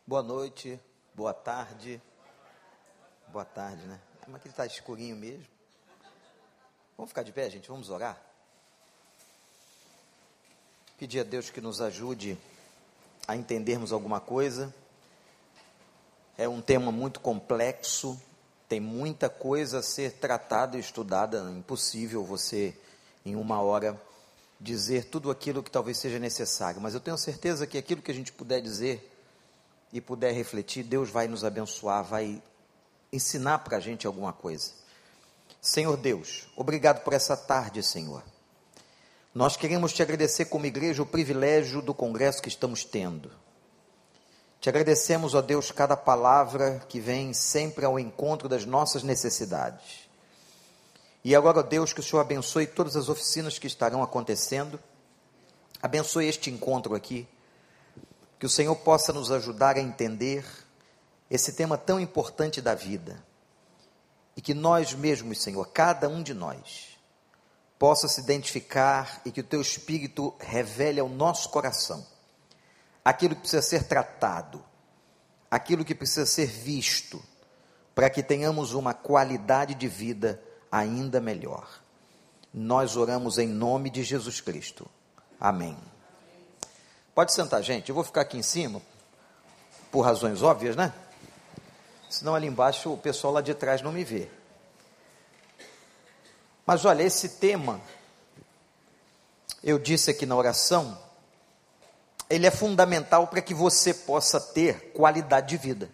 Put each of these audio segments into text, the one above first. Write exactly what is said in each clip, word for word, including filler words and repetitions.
Boa noite, boa tarde. Boa tarde, né? Mas aqui está escurinho mesmo. Vamos ficar de pé, gente? Vamos orar? Pedir a Deus que nos ajude a entendermos alguma coisa. É um tema muito complexo, tem muita coisa a ser tratada e estudada. É impossível você, em uma hora, dizer tudo aquilo que talvez seja necessário. Mas eu tenho certeza que aquilo que a gente puder dizer e puder refletir, Deus vai nos abençoar, vai ensinar para a gente alguma coisa. Senhor Deus, obrigado por essa tarde, Senhor. Nós queremos te agradecer como igreja o privilégio do congresso que estamos tendo. Te agradecemos, ó Deus, cada palavra que vem sempre ao encontro das nossas necessidades. E agora, ó Deus, que o Senhor abençoe todas as oficinas que estarão acontecendo. Abençoe este encontro aqui. Que o Senhor possa nos ajudar a entender esse tema tão importante da vida. E que nós mesmos, Senhor, cada um de nós, possa se identificar e que o Teu Espírito revele ao nosso coração aquilo que precisa ser tratado, aquilo que precisa ser visto, para que tenhamos uma qualidade de vida ainda melhor. Nós oramos em nome de Jesus Cristo. Amém. Pode sentar, gente. Eu vou ficar aqui em cima, por razões óbvias, né? Senão ali embaixo o pessoal lá de trás não me vê. Mas olha, esse tema, eu disse aqui na oração, ele é fundamental para que você possa ter qualidade de vida.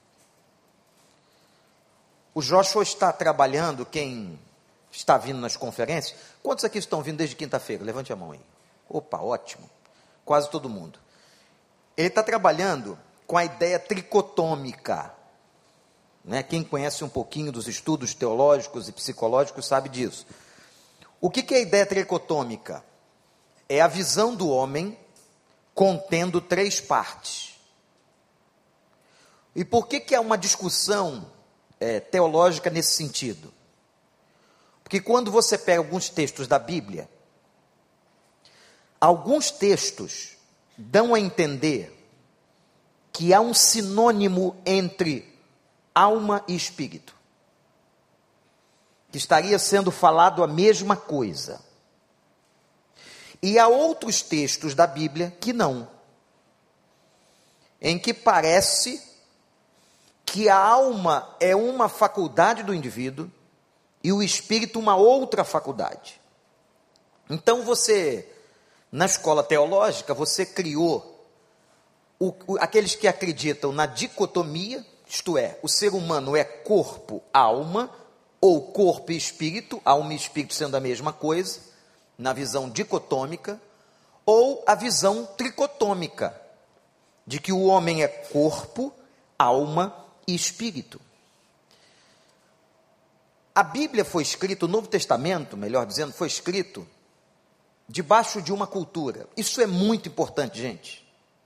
O Joshua está trabalhando, quem está vindo nas conferências, quantos aqui estão vindo desde quinta-feira? Levante a mão aí. Opa, ótimo. Quase todo mundo. Ele está trabalhando com a ideia tricotômica. Né? Quem conhece um pouquinho dos estudos teológicos e psicológicos sabe disso. O que, que é a ideia tricotômica? É a visão do homem contendo três partes. E por que, que há uma discussão é, teológica nesse sentido? Porque quando você pega alguns textos da Bíblia, alguns textos dão a entender que há um sinônimo entre alma e espírito, que estaria sendo falado a mesma coisa. E há outros textos da Bíblia que não, em que parece que a alma é uma faculdade do indivíduo e o espírito uma outra faculdade. Então você, na escola teológica, você criou o, o, aqueles que acreditam na dicotomia, isto é, o ser humano é corpo, alma, ou corpo e espírito, alma e espírito sendo a mesma coisa, na visão dicotômica, ou a visão tricotômica, de que o homem é corpo, alma e espírito. A Bíblia foi escrita, o Novo Testamento, melhor dizendo, foi escrito debaixo de uma cultura. Isso é muito importante, gente.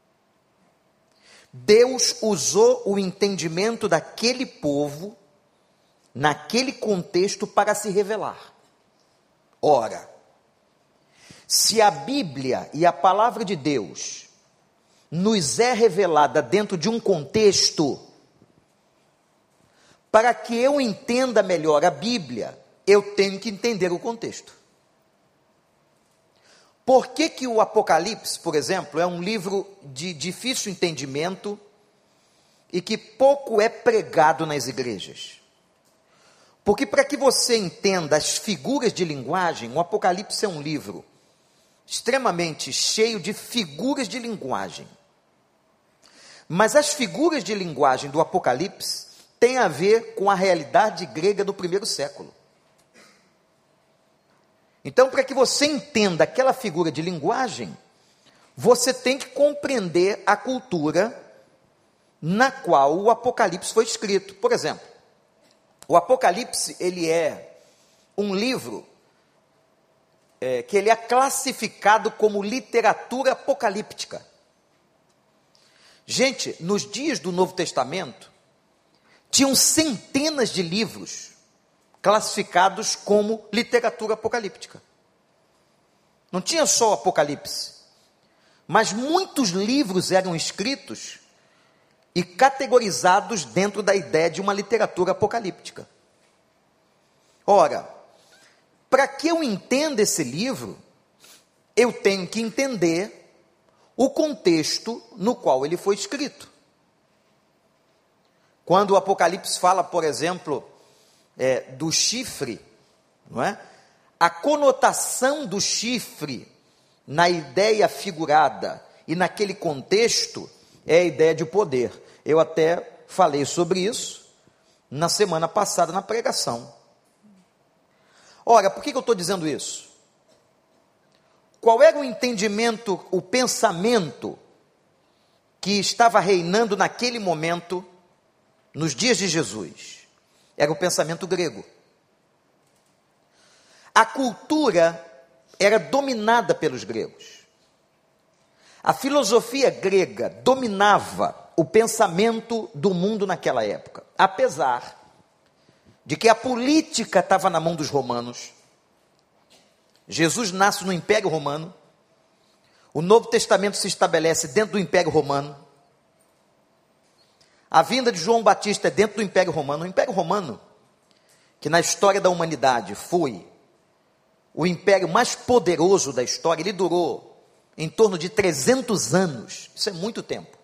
Deus usou o entendimento daquele povo, naquele contexto, para se revelar. Ora, se a Bíblia e a palavra de Deus nos é revelada dentro de um contexto, para que eu entenda melhor a Bíblia, eu tenho que entender o contexto. Por que que o Apocalipse, por exemplo, é um livro de difícil entendimento e que pouco é pregado nas igrejas? Porque para que você entenda as figuras de linguagem, o Apocalipse é um livro extremamente cheio de figuras de linguagem. Mas as figuras de linguagem do Apocalipse têm a ver com a realidade grega do primeiro século. Então, para que você entenda aquela figura de linguagem, você tem que compreender a cultura na qual o Apocalipse foi escrito. Por exemplo, o Apocalipse, ele é um livro é, que ele é classificado como literatura apocalíptica. Gente, nos dias do Novo Testamento, tinham centenas de livros classificados como literatura apocalíptica. Não tinha só o Apocalipse, mas muitos livros eram escritos e categorizados dentro da ideia de uma literatura apocalíptica. Ora, para que eu entenda esse livro, eu tenho que entender o contexto no qual ele foi escrito. Quando o Apocalipse fala, por exemplo, é, do chifre, não é? A conotação do chifre na ideia figurada e naquele contexto é a ideia de poder. Eu até falei sobre isso na semana passada na pregação. Ora, por que que eu estou dizendo isso? Qual era o entendimento, o pensamento que estava reinando naquele momento, nos dias de Jesus? Era o pensamento grego. A cultura era dominada pelos gregos. A filosofia grega dominava o pensamento do mundo naquela época, apesar de que a política estava na mão dos romanos. Jesus nasce no Império Romano, o Novo Testamento se estabelece dentro do Império Romano, a vinda de João Batista é dentro do Império Romano. O Império Romano, que na história da humanidade foi o império mais poderoso da história, ele durou em torno de trezentos anos, isso é muito tempo,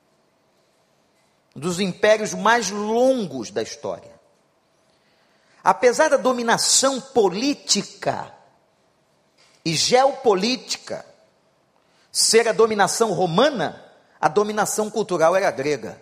um dos impérios mais longos da história. Apesar da dominação política e geopolítica ser a dominação romana, a dominação cultural era grega.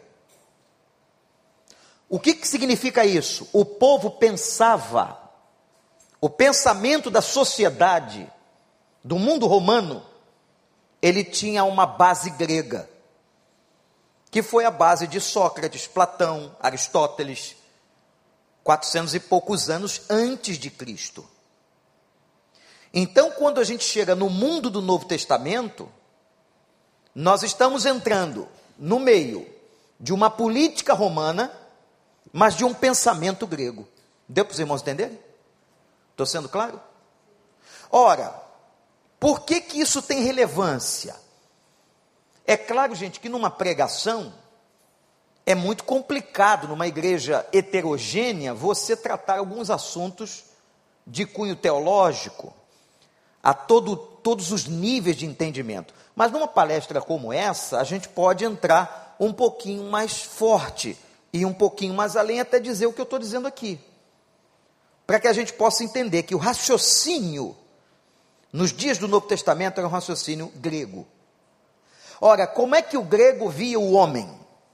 O que que significa isso? O povo pensava, o pensamento da sociedade, do mundo romano, ele tinha uma base grega, que foi a base de Sócrates, Platão, Aristóteles, quatrocentos e poucos anos antes de Cristo. Então, quando a gente chega no mundo do Novo Testamento, nós estamos entrando no meio de uma política romana, mas de um pensamento grego. Deu para os irmãos entenderem? Estou sendo claro? Ora, por que que isso tem relevância? É claro, gente, que numa pregação é muito complicado, numa igreja heterogênea, você tratar alguns assuntos de cunho teológico, a todo, todos os níveis de entendimento. Mas numa palestra como essa, a gente pode entrar um pouquinho mais forte e um pouquinho mais além, até dizer o que eu estou dizendo aqui, para que a gente possa entender que o raciocínio nos dias do Novo Testamento era um raciocínio grego. Ora, como é que o grego via o homem?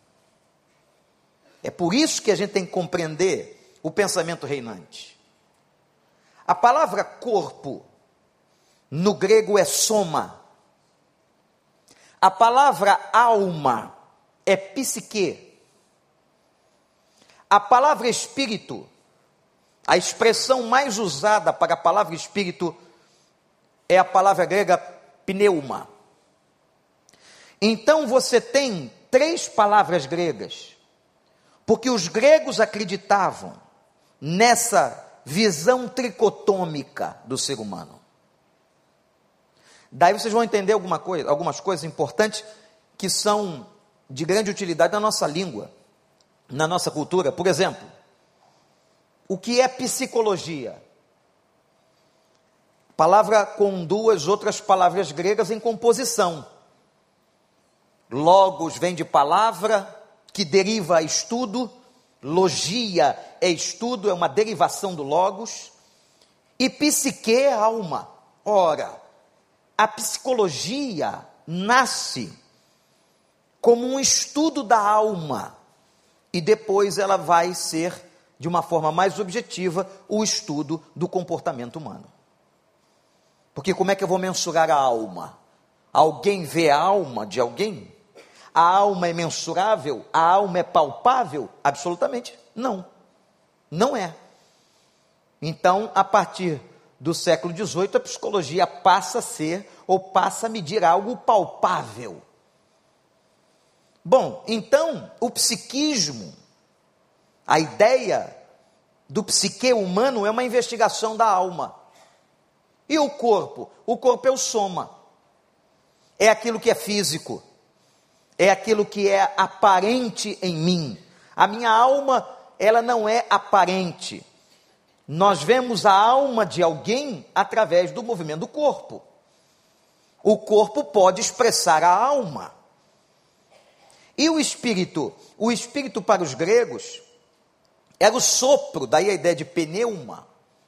É por isso que a gente tem que compreender o pensamento reinante. A palavra corpo no grego é soma. A palavra alma é psique. A palavra espírito, a expressão mais usada para a palavra espírito é a palavra grega pneuma. Então você tem três palavras gregas, porque os gregos acreditavam nessa visão tricotômica do ser humano. Daí vocês vão entender alguma coisa, algumas coisas importantes que são de grande utilidade na nossa língua, na nossa cultura. Por exemplo, o que é psicologia? Palavra com duas outras palavras gregas em composição. Logos vem de palavra, que deriva a estudo. Logia é estudo, é uma derivação do logos. E psique é alma. Ora, a psicologia nasce como um estudo da alma, e depois ela vai ser, de uma forma mais objetiva, o estudo do comportamento humano. Porque como é que eu vou mensurar a alma? Alguém vê a alma de alguém? A alma é mensurável? A alma é palpável? Absolutamente não. Não é. Então, a partir do século dezoito, a psicologia passa a ser, ou passa a medir algo palpável. Bom, então, o psiquismo, a ideia do psique humano é uma investigação da alma. E o corpo? O corpo é o soma. É aquilo que é físico. é aquilo que é aparente em mim. A minha alma, ela não é aparente. Nós vemos a alma de alguém através do movimento do corpo. O corpo pode expressar a alma. E o espírito? O espírito para os gregos era o sopro, daí a ideia de pneuma.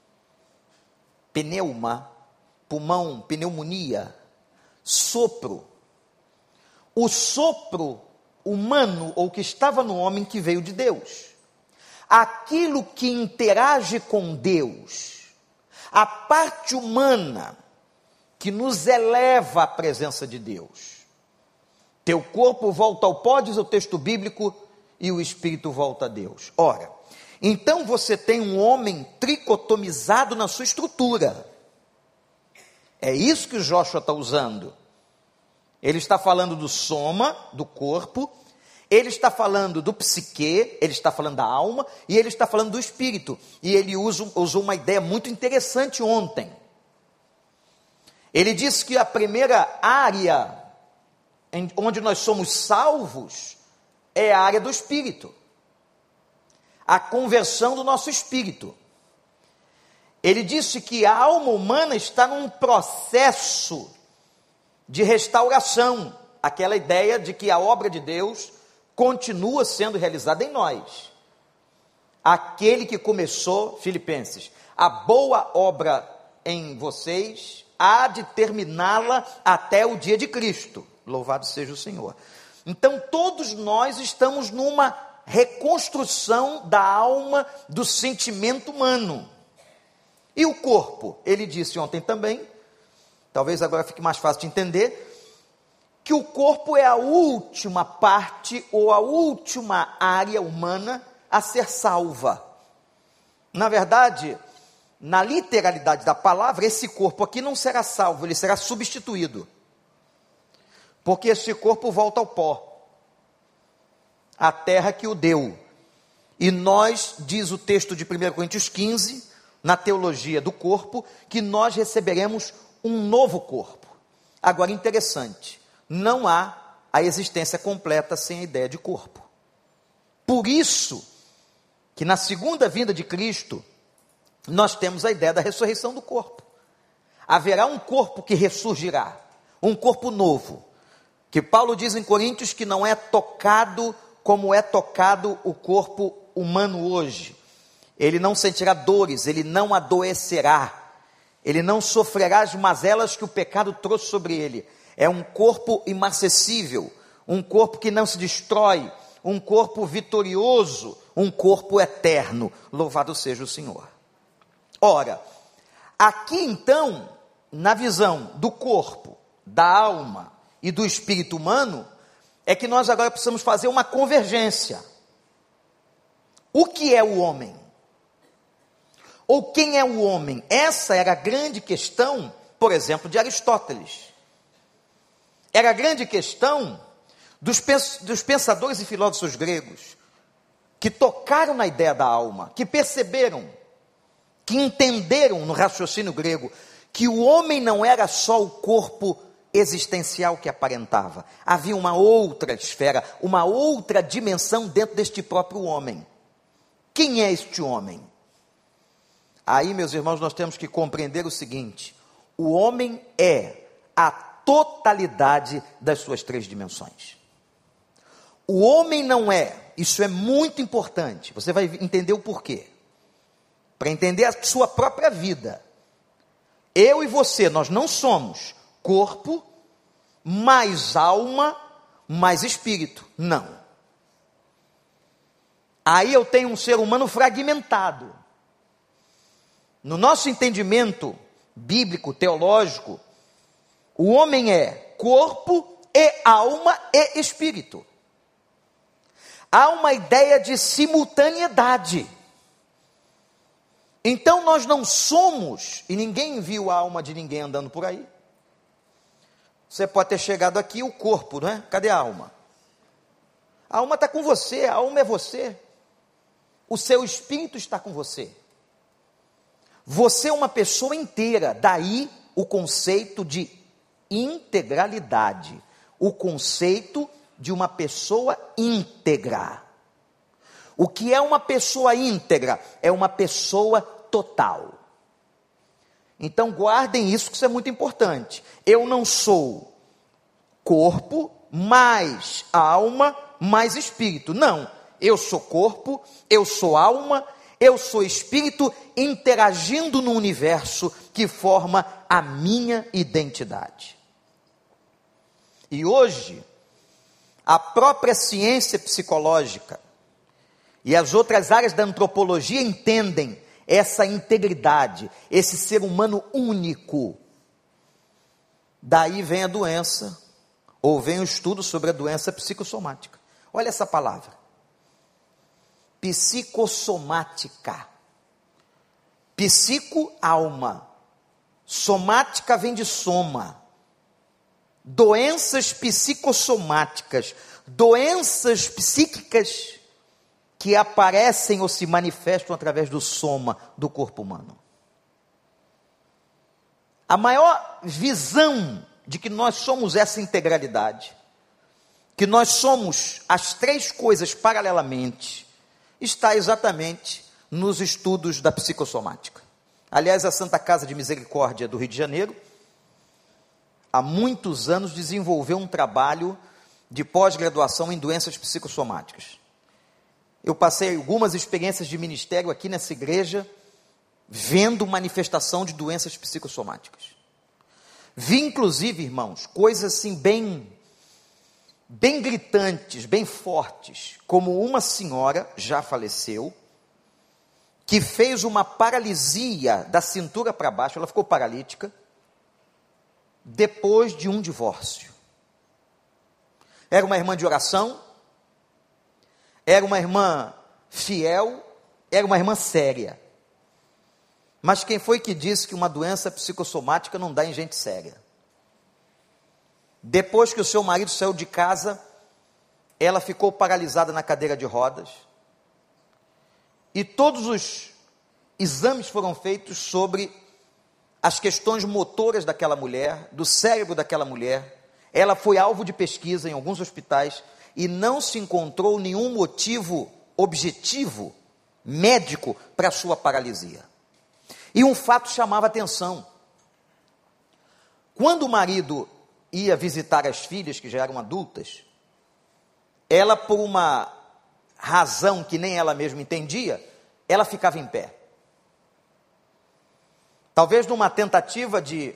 Pneuma, pulmão, pneumonia, sopro. O sopro humano, ou que estava no homem, que veio de Deus. Aquilo que interage com Deus, a parte humana que nos eleva à presença de Deus. Teu corpo volta ao pó, diz o texto bíblico, e o espírito volta a Deus. Ora, então você tem um homem tricotomizado na sua estrutura. É isso que o Joshua está usando. Ele está falando do soma, do corpo, ele está falando do psique, ele está falando da alma, e ele está falando do espírito. E ele usa, usou uma ideia muito interessante ontem. Ele disse que a primeira área em, onde nós somos salvos é a área do espírito. A conversão do nosso espírito. Ele disse que a alma humana está num processo de restauração. Aquela ideia de que a obra de Deus continua sendo realizada em nós. Aquele que começou, Filipenses, a boa obra em vocês, há de terminá-la até o dia de Cristo. Louvado seja o Senhor. Então, todos nós estamos numa reconstrução da alma, do sentimento humano. E o corpo? Ele disse ontem também, talvez agora fique mais fácil de entender, que o corpo é a última parte ou a última área humana a ser salva. Na verdade, na literalidade da palavra, esse corpo aqui não será salvo, ele será substituído. Porque esse corpo volta ao pó. A terra que o deu. E nós, diz o texto de primeira Coríntios quinze, na teologia do corpo, que nós receberemos um novo corpo. Agora, interessante, não há a existência completa sem a ideia de corpo. Por isso, que na segunda vinda de Cristo, nós temos a ideia da ressurreição do corpo. Haverá um corpo que ressurgirá, um corpo novo, que Paulo diz em Coríntios que não é tocado como é tocado o corpo humano hoje. Ele não sentirá dores, ele não adoecerá, ele não sofrerá as mazelas que o pecado trouxe sobre ele. É um corpo imarcessível, um corpo que não se destrói, um corpo vitorioso, um corpo eterno. Louvado seja o Senhor. Ora, aqui então, na visão do corpo, da alma e do espírito humano, é que nós agora precisamos fazer uma convergência. O que é o homem? Ou quem é o homem? Essa era a grande questão, por exemplo, de Aristóteles. Era a grande questão dos, pens- dos pensadores e filósofos gregos, que tocaram na ideia da alma, que perceberam, que entenderam no raciocínio grego, que o homem não era só o corpo existencial que aparentava. Havia uma outra esfera, uma outra dimensão dentro deste próprio homem. Quem é este homem? Aí, meus irmãos, nós temos que compreender o seguinte: o homem é a totalidade das suas três dimensões. O homem não é, isso é muito importante, você vai entender o porquê. Para entender a sua própria vida. Eu e você, nós não somos corpo, mais alma, mais espírito. Não. Aí eu tenho um ser humano fragmentado. No nosso entendimento bíblico, teológico, o homem é corpo e alma e espírito. Há uma ideia de simultaneidade. Então nós não somos, e ninguém viu a alma de ninguém andando por aí. Você pode ter chegado aqui, o corpo, não é? Cadê a alma? A alma está com você, a alma é você. O seu espírito está com você. Você é uma pessoa inteira, daí o conceito de integralidade, o conceito de uma pessoa íntegra. O que é uma pessoa íntegra? É uma pessoa total. Então guardem isso, que isso é muito importante. Eu não sou corpo, mais alma, mais espírito. Não, eu sou corpo, eu sou alma, eu sou espírito interagindo no universo que forma a minha identidade. E hoje, a própria ciência psicológica e as outras áreas da antropologia entendem essa integridade, esse ser humano único. Daí vem a doença, ou vem o estudo sobre a doença psicossomática. Olha essa palavra. Psicossomática. Psico, alma. Somática vem de soma. Doenças psicossomáticas. Doenças psíquicas que aparecem ou se manifestam através do soma do corpo humano. A maior visão de que nós somos essa integralidade, que nós somos as três coisas paralelamente, está exatamente nos estudos da psicossomática. Aliás, a Santa Casa de Misericórdia do Rio de Janeiro, há muitos anos desenvolveu um trabalho de pós-graduação em doenças psicossomáticas. Eu passei algumas experiências de ministério aqui nessa igreja, vendo manifestação de doenças psicossomáticas. Vi, inclusive, irmãos, coisas assim bem, bem gritantes, bem fortes, como uma senhora, já faleceu, que fez uma paralisia da cintura para baixo, ela ficou paralítica, depois de um divórcio. Era uma irmã de oração, era uma irmã fiel, era uma irmã séria. Mas quem foi que disse que uma doença psicossomática não dá em gente séria? Depois que o seu marido saiu de casa, ela ficou paralisada na cadeira de rodas. E todos os exames foram feitos sobre as questões motoras daquela mulher, do cérebro daquela mulher. Ela foi alvo de pesquisa em alguns hospitais e não se encontrou nenhum motivo objetivo, médico, para a sua paralisia. E um fato chamava atenção. Quando o marido ia visitar as filhas, que já eram adultas, ela, por uma razão que nem ela mesma entendia, ela ficava em pé. Talvez numa tentativa de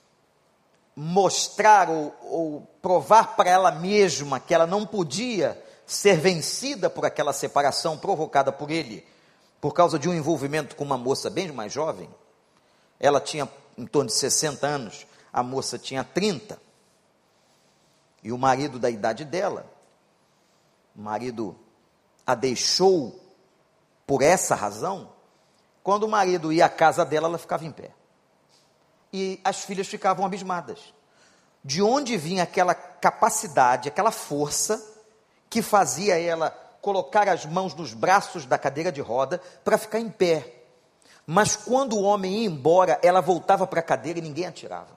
mostrar ou, ou provar para ela mesma que ela não podia ser vencida por aquela separação provocada por ele, por causa de um envolvimento com uma moça bem mais jovem. Ela tinha em torno de sessenta anos, a moça tinha trinta, e o marido da idade dela, o marido a deixou por essa razão. Quando o marido ia à casa dela, ela ficava em pé. E as filhas ficavam abismadas. De onde vinha aquela capacidade, aquela força que fazia ela colocar as mãos nos braços da cadeira de roda para ficar em pé. Mas quando o homem ia embora, ela voltava para a cadeira e ninguém a tirava.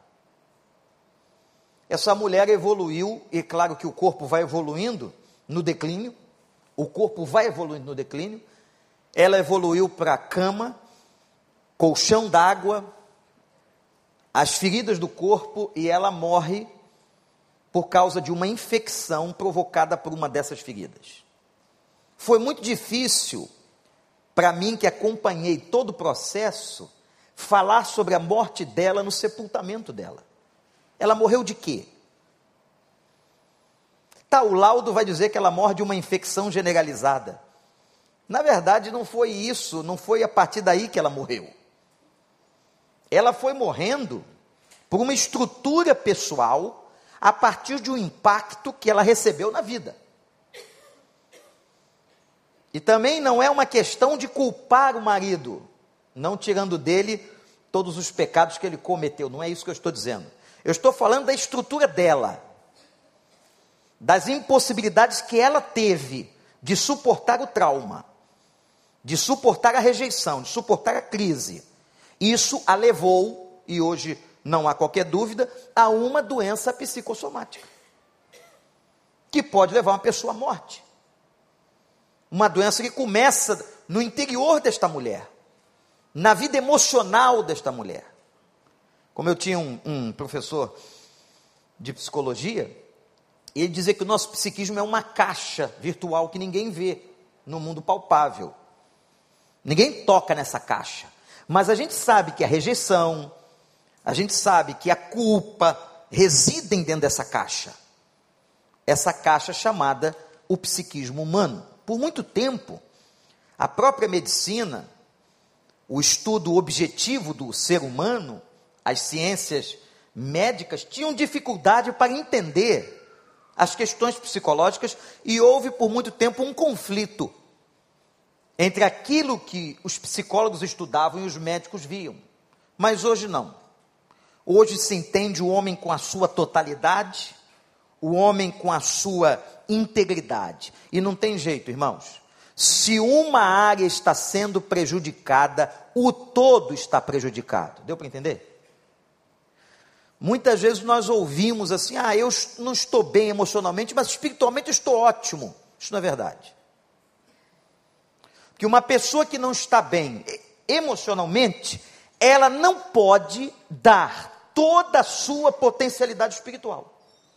Essa mulher evoluiu, e claro que o corpo vai evoluindo no declínio, o corpo vai evoluindo no declínio, ela evoluiu para a cama, colchão d'água, as feridas do corpo, e ela morre por causa de uma infecção provocada por uma dessas feridas. Foi muito difícil para mim, que acompanhei todo o processo, falar sobre a morte dela no sepultamento dela. Ela morreu de quê? Tá, o laudo vai dizer que ela morre de uma infecção generalizada. Na verdade, não foi isso, não foi a partir daí que ela morreu. Ela foi morrendo por uma estrutura pessoal a partir de um impacto que ela recebeu na vida. E também não é uma questão de culpar o marido, não tirando dele todos os pecados que ele cometeu, não é isso que eu estou dizendo. Eu estou falando da estrutura dela, das impossibilidades que ela teve de suportar o trauma, de suportar a rejeição, de suportar a crise. Isso a levou, e hoje não há qualquer dúvida, a uma doença psicossomática. que pode levar uma pessoa à morte. Uma doença que começa no interior desta mulher, na vida emocional desta mulher. Como eu tinha um, um professor de psicologia, ele dizia que o nosso psiquismo é uma caixa virtual que ninguém vê no mundo palpável. Ninguém toca nessa caixa. Mas a gente sabe que a rejeição, a gente sabe que a culpa residem dentro dessa caixa. Essa caixa chamada o psiquismo humano. Por muito tempo, a própria medicina, o estudo objetivo do ser humano, as ciências médicas tinham dificuldade para entender as questões psicológicas e houve por muito tempo um conflito entre aquilo que os psicólogos estudavam e os médicos viam. Mas hoje não. Hoje se entende o homem com a sua totalidade, o homem com a sua integridade. E não tem jeito, irmãos. Se uma área está sendo prejudicada, o todo está prejudicado. Deu para entender? Muitas vezes nós ouvimos assim, ah, eu não estou bem emocionalmente, mas espiritualmente eu estou ótimo. Isso não é verdade. Porque uma pessoa que não está bem emocionalmente, ela não pode dar toda a sua potencialidade espiritual.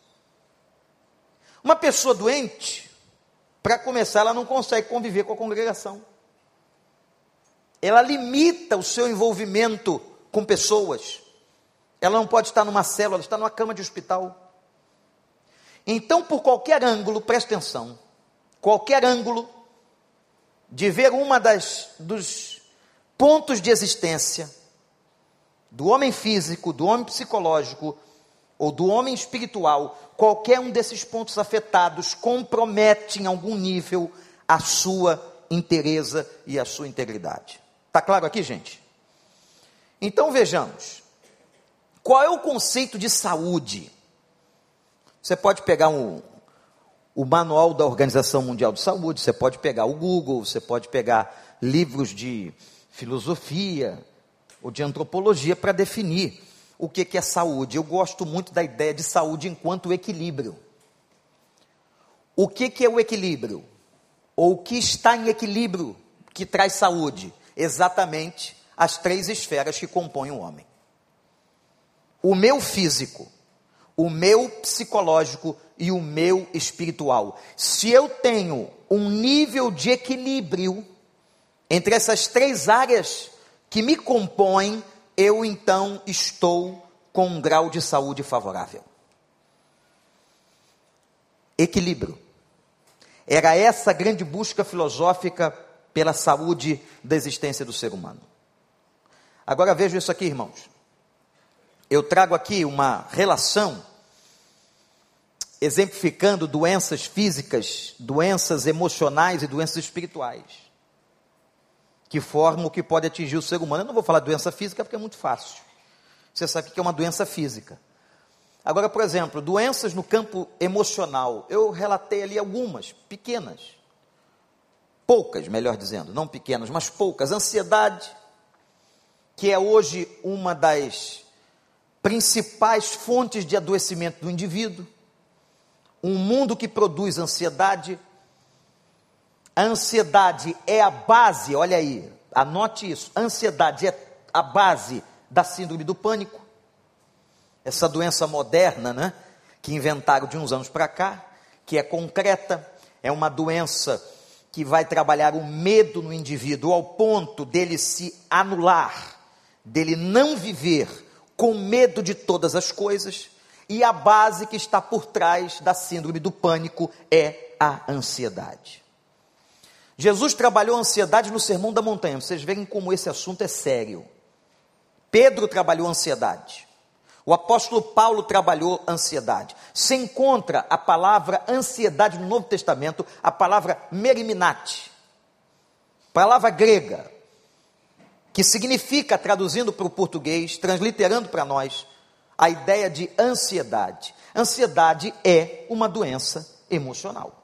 Uma pessoa doente, para começar, ela não consegue conviver com a congregação. Ela limita o seu envolvimento com pessoas. Ela não pode estar numa célula, ela está numa cama de hospital. Então, por qualquer ângulo, presta atenção, qualquer ângulo de ver uma das dos pontos de existência do homem físico, do homem psicológico ou do homem espiritual, qualquer um desses pontos afetados compromete em algum nível a sua inteireza e a sua integridade. Está claro aqui, gente? Então vejamos, qual é o conceito de saúde? Você pode pegar um, o manual da Organização Mundial de Saúde, você pode pegar o Google, você pode pegar livros de filosofia ou de antropologia para definir o que, que é saúde. Eu gosto muito da ideia de saúde enquanto equilíbrio. O que, que é o equilíbrio? Ou o que está em equilíbrio que traz saúde? Exatamente as três esferas que compõem o homem. O meu físico, o meu psicológico e o meu espiritual. Se eu tenho um nível de equilíbrio entre essas três áreas que me compõem, eu então estou com um grau de saúde favorável. Equilíbrio. Era essa a grande busca filosófica pela saúde da existência do ser humano. Agora vejam isso aqui, irmãos. Eu trago aqui uma relação exemplificando doenças físicas, doenças emocionais e doenças espirituais, que formam o que pode atingir o ser humano. Eu não vou falar de doença física porque é muito fácil. Você sabe o que é uma doença física. Agora, por exemplo, doenças no campo emocional. Eu relatei ali algumas, pequenas. Poucas, melhor dizendo, não pequenas, mas poucas. Ansiedade, que é hoje uma das principais fontes de adoecimento do indivíduo. Um mundo que produz ansiedade. A ansiedade é a base, olha aí, anote isso, a ansiedade é a base da síndrome do pânico, essa doença moderna, né, que inventaram de uns anos para cá, que é concreta, é uma doença que vai trabalhar o medo no indivíduo ao ponto dele se anular, dele não viver com medo de todas as coisas, e a base que está por trás da síndrome do pânico é a ansiedade. Jesus trabalhou a ansiedade no Sermão da Montanha. Vocês veem como esse assunto é sério. Pedro trabalhou a ansiedade. O apóstolo Paulo trabalhou a ansiedade. Se encontra a palavra ansiedade no Novo Testamento, a palavra meriminate, palavra grega, que significa, traduzindo para o português, transliterando para nós, a ideia de ansiedade. Ansiedade é uma doença emocional.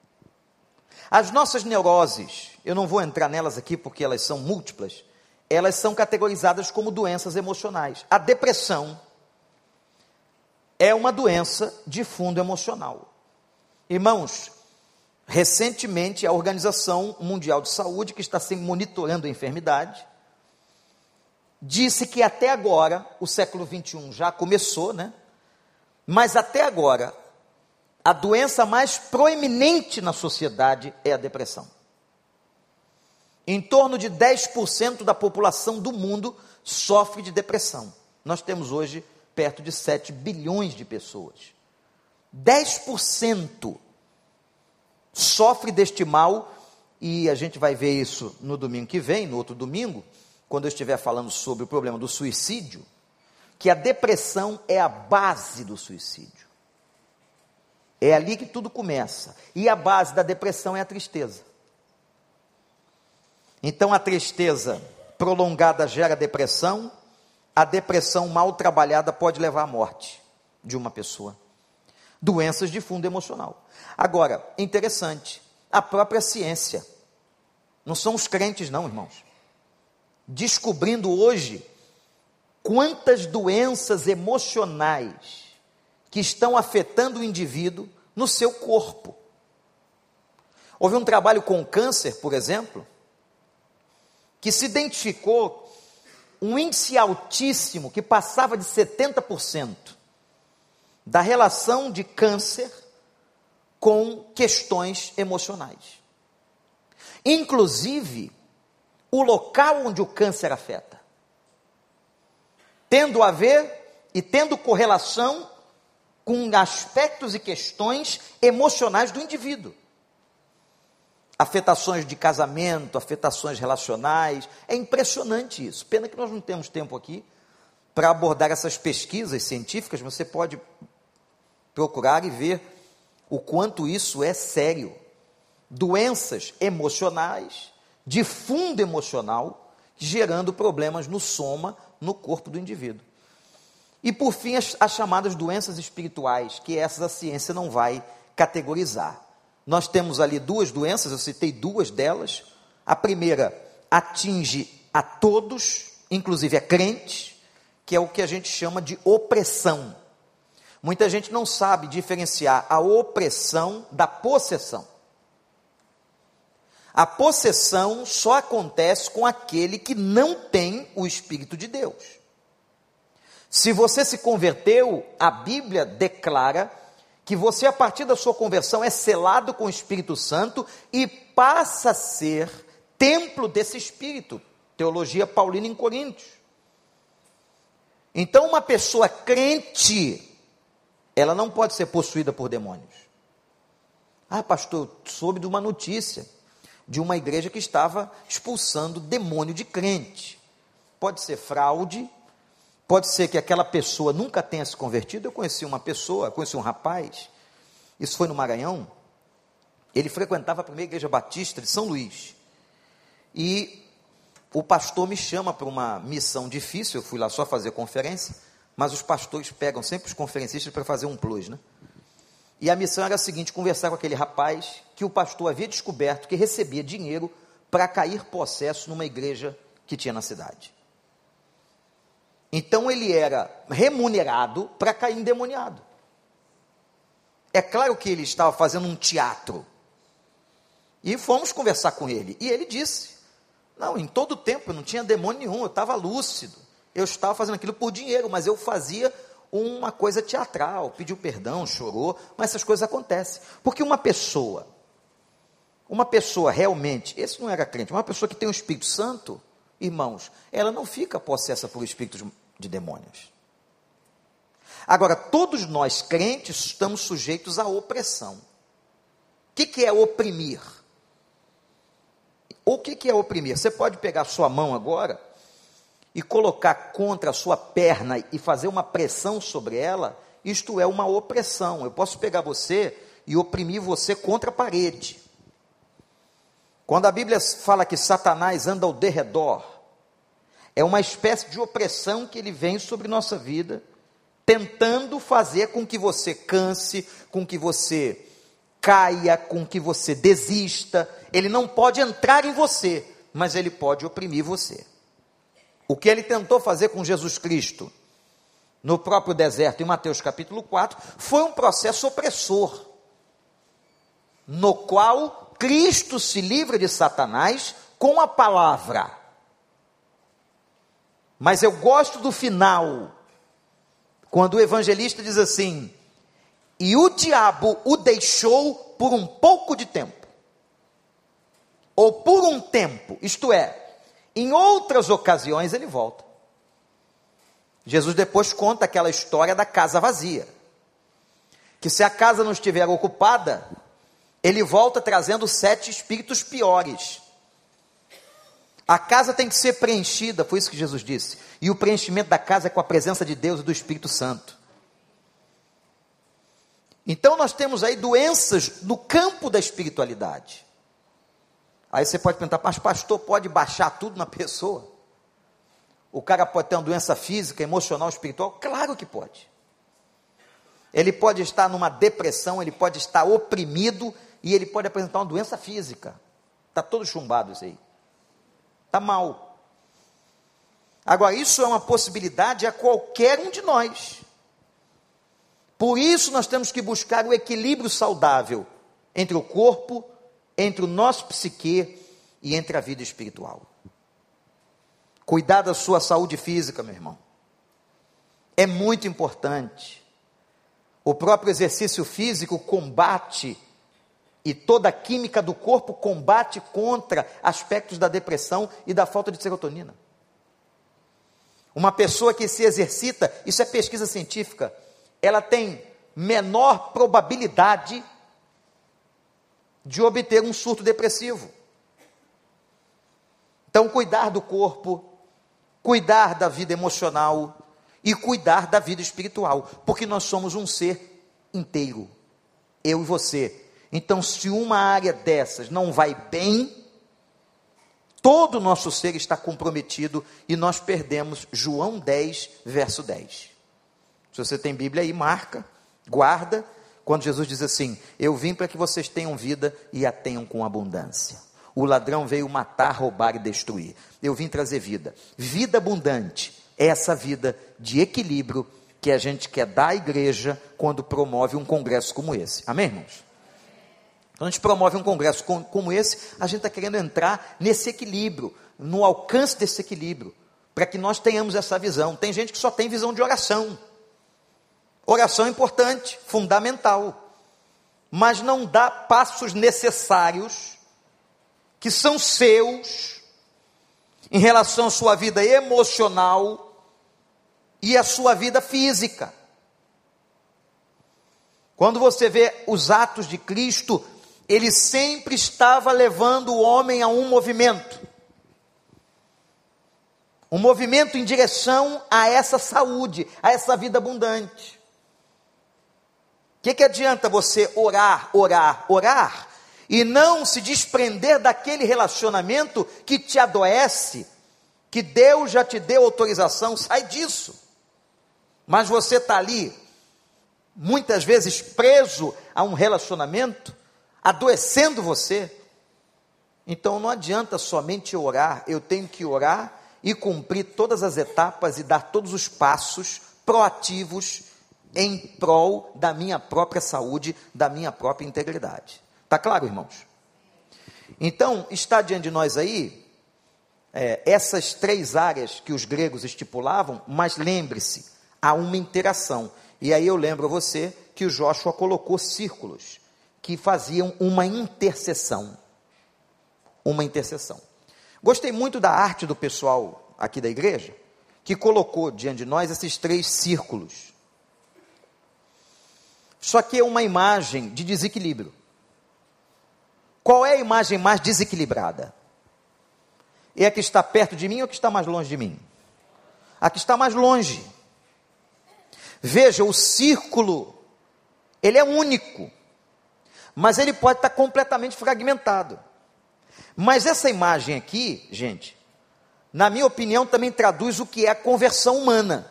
As nossas neuroses, eu não vou entrar nelas aqui porque elas são múltiplas, elas são categorizadas como doenças emocionais. A depressão é uma doença de fundo emocional. Irmãos, recentemente a Organização Mundial de Saúde, que está sempre monitorando a enfermidade, disse que até agora, o século vinte e um já começou, né? Mas até agora, a doença mais proeminente na sociedade é a depressão. Em torno de dez por cento da população do mundo sofre de depressão. Nós temos hoje perto de sete bilhões de pessoas. dez por cento sofre deste mal, e a gente vai ver isso no domingo que vem, no outro domingo, quando eu estiver falando sobre o problema do suicídio, que a depressão é a base do suicídio. É ali que tudo começa. E a base da depressão é a tristeza. Então a tristeza prolongada gera depressão, a depressão mal trabalhada pode levar à morte de uma pessoa. Doenças de fundo emocional. Agora, interessante, a própria ciência, não são os crentes não, irmãos, descobrindo hoje quantas doenças emocionais que estão afetando o indivíduo no seu corpo. Houve um trabalho com câncer, por exemplo, que se identificou um índice altíssimo, que passava de setenta por cento, da relação de câncer com questões emocionais. Inclusive, o local onde o câncer afeta, tendo a ver e tendo correlação com aspectos e questões emocionais do indivíduo. Afetações de casamento, afetações relacionais, é impressionante isso. Pena que nós não temos tempo aqui para abordar essas pesquisas científicas, mas você pode procurar e ver o quanto isso é sério. Doenças emocionais, de fundo emocional, gerando problemas no soma, no corpo do indivíduo. E por fim, as, as chamadas doenças espirituais, que essas a ciência não vai categorizar. Nós temos ali duas doenças, eu citei duas delas. A primeira atinge a todos, inclusive a crentes, que é o que a gente chama de opressão. Muita gente não sabe diferenciar a opressão da possessão. A possessão só acontece com aquele que não tem o Espírito de Deus. Se você se converteu, a Bíblia declara que você, a partir da sua conversão, é selado com o Espírito Santo e passa a ser templo desse Espírito. Teologia paulina em Coríntios. Então, uma pessoa crente, ela não pode ser possuída por demônios. Ah, pastor, eu soube de uma notícia de uma igreja que estava expulsando demônio de crente. Pode ser fraude, pode ser que aquela pessoa nunca tenha se convertido. Eu conheci uma pessoa, conheci um rapaz, isso foi no Maranhão, ele frequentava a primeira igreja batista de São Luís, e o pastor me chama para uma missão difícil, eu fui lá só fazer conferência, mas os pastores pegam sempre os conferencistas para fazer um plus, né? E a missão era a seguinte, conversar com aquele rapaz, que o pastor havia descoberto que recebia dinheiro para cair possesso numa igreja que tinha na cidade. Então ele era remunerado para cair endemoniado. É claro que ele estava fazendo um teatro. E fomos conversar com ele. E ele disse, não, em todo o tempo eu não tinha demônio nenhum, eu estava lúcido. Eu estava fazendo aquilo por dinheiro, mas eu fazia uma coisa teatral, pediu perdão, chorou, mas essas coisas acontecem. Porque uma pessoa, uma pessoa realmente, esse não era crente, uma pessoa que tem o Espírito Santo, irmãos, ela não fica possessa por espírito de, de demônios. Agora, todos nós crentes estamos sujeitos à opressão. O que, que é oprimir? O que, que é oprimir? Você pode pegar a sua mão agora e colocar contra a sua perna e fazer uma pressão sobre ela, isto é uma opressão. Eu posso pegar você e oprimir você contra a parede. Quando a Bíblia fala que Satanás anda ao derredor, é uma espécie de opressão que ele vem sobre nossa vida, tentando fazer com que você canse, com que você caia, com que você desista. Ele não pode entrar em você, mas ele pode oprimir você. O que ele tentou fazer com Jesus Cristo, no próprio deserto, em Mateus capítulo quatro, foi um processo opressor. no qual Cristo se livra de Satanás com a palavra. Mas eu gosto do final, quando o evangelista diz assim: e o diabo o deixou por um pouco de tempo, ou por um tempo, isto é, em outras ocasiões ele volta. Jesus depois conta aquela história da casa vazia, que se a casa não estiver ocupada, ele volta trazendo sete espíritos piores. A casa tem que ser preenchida, foi isso que Jesus disse, e o preenchimento da casa é com a presença de Deus e do Espírito Santo. Então nós temos aí doenças no campo da espiritualidade. Aí você pode perguntar: mas pastor, pode baixar tudo na pessoa? O cara pode ter uma doença física, emocional, espiritual? Claro que pode. Ele pode estar numa depressão, ele pode estar oprimido, e ele pode apresentar uma doença física. Está todo chumbado isso aí. Está mal. Agora, isso é uma possibilidade a qualquer um de nós. Por isso nós temos que buscar o equilíbrio saudável entre o corpo, entre o nosso psique e entre a vida espiritual. Cuidar da sua saúde física, meu irmão, é muito importante. O próprio exercício físico combate, e toda a química do corpo combate contra aspectos da depressão e da falta de serotonina. Uma pessoa que se exercita, isso é pesquisa científica, ela tem menor probabilidade de obter um surto depressivo. Então, cuidar do corpo, cuidar da vida emocional e cuidar da vida espiritual, porque nós somos um ser inteiro, eu e você. Então, se uma área dessas não vai bem, todo o nosso ser está comprometido e nós perdemos. João dez, verso dez. Se você tem Bíblia aí, marca, guarda, quando Jesus diz assim: eu vim para que vocês tenham vida e a tenham com abundância. O ladrão veio matar, roubar e destruir. Eu vim trazer vida. Vida abundante é essa vida de equilíbrio que a gente quer dar à igreja quando promove um congresso como esse. Amém, irmãos? Quando a gente promove um congresso como, como esse, a gente está querendo entrar nesse equilíbrio, no alcance desse equilíbrio, para que nós tenhamos essa visão. Tem gente que só tem visão de oração. Oração é importante, fundamental, mas não dá passos necessários, que são seus, em relação à sua vida emocional e à sua vida física. Quando você vê os atos de Cristo, ele sempre estava levando o homem a um movimento, um movimento em direção a essa saúde, a essa vida abundante. O que, que adianta você orar, orar, orar, e não se desprender daquele relacionamento que te adoece, que Deus já te deu autorização, sai disso, mas você está ali, muitas vezes preso a um relacionamento, adoecendo você. Então não adianta somente orar, eu tenho que orar e cumprir todas as etapas e dar todos os passos proativos em prol da minha própria saúde, da minha própria integridade. Está claro, irmãos? Então, está diante de nós aí, é, essas três áreas que os gregos estipulavam, mas lembre-se, há uma interação. E aí eu lembro a você que o Joshua colocou círculos, que faziam uma intercessão. Uma intercessão. Gostei muito da arte do pessoal aqui da igreja, que colocou diante de nós esses três círculos. Só que é uma imagem de desequilíbrio. Qual é a imagem mais desequilibrada? É a que está perto de mim ou a que está mais longe de mim? A que está mais longe. Veja, o círculo, ele é único, mas ele pode estar completamente fragmentado. Mas essa imagem aqui, gente, na minha opinião, também traduz o que é a conversão humana.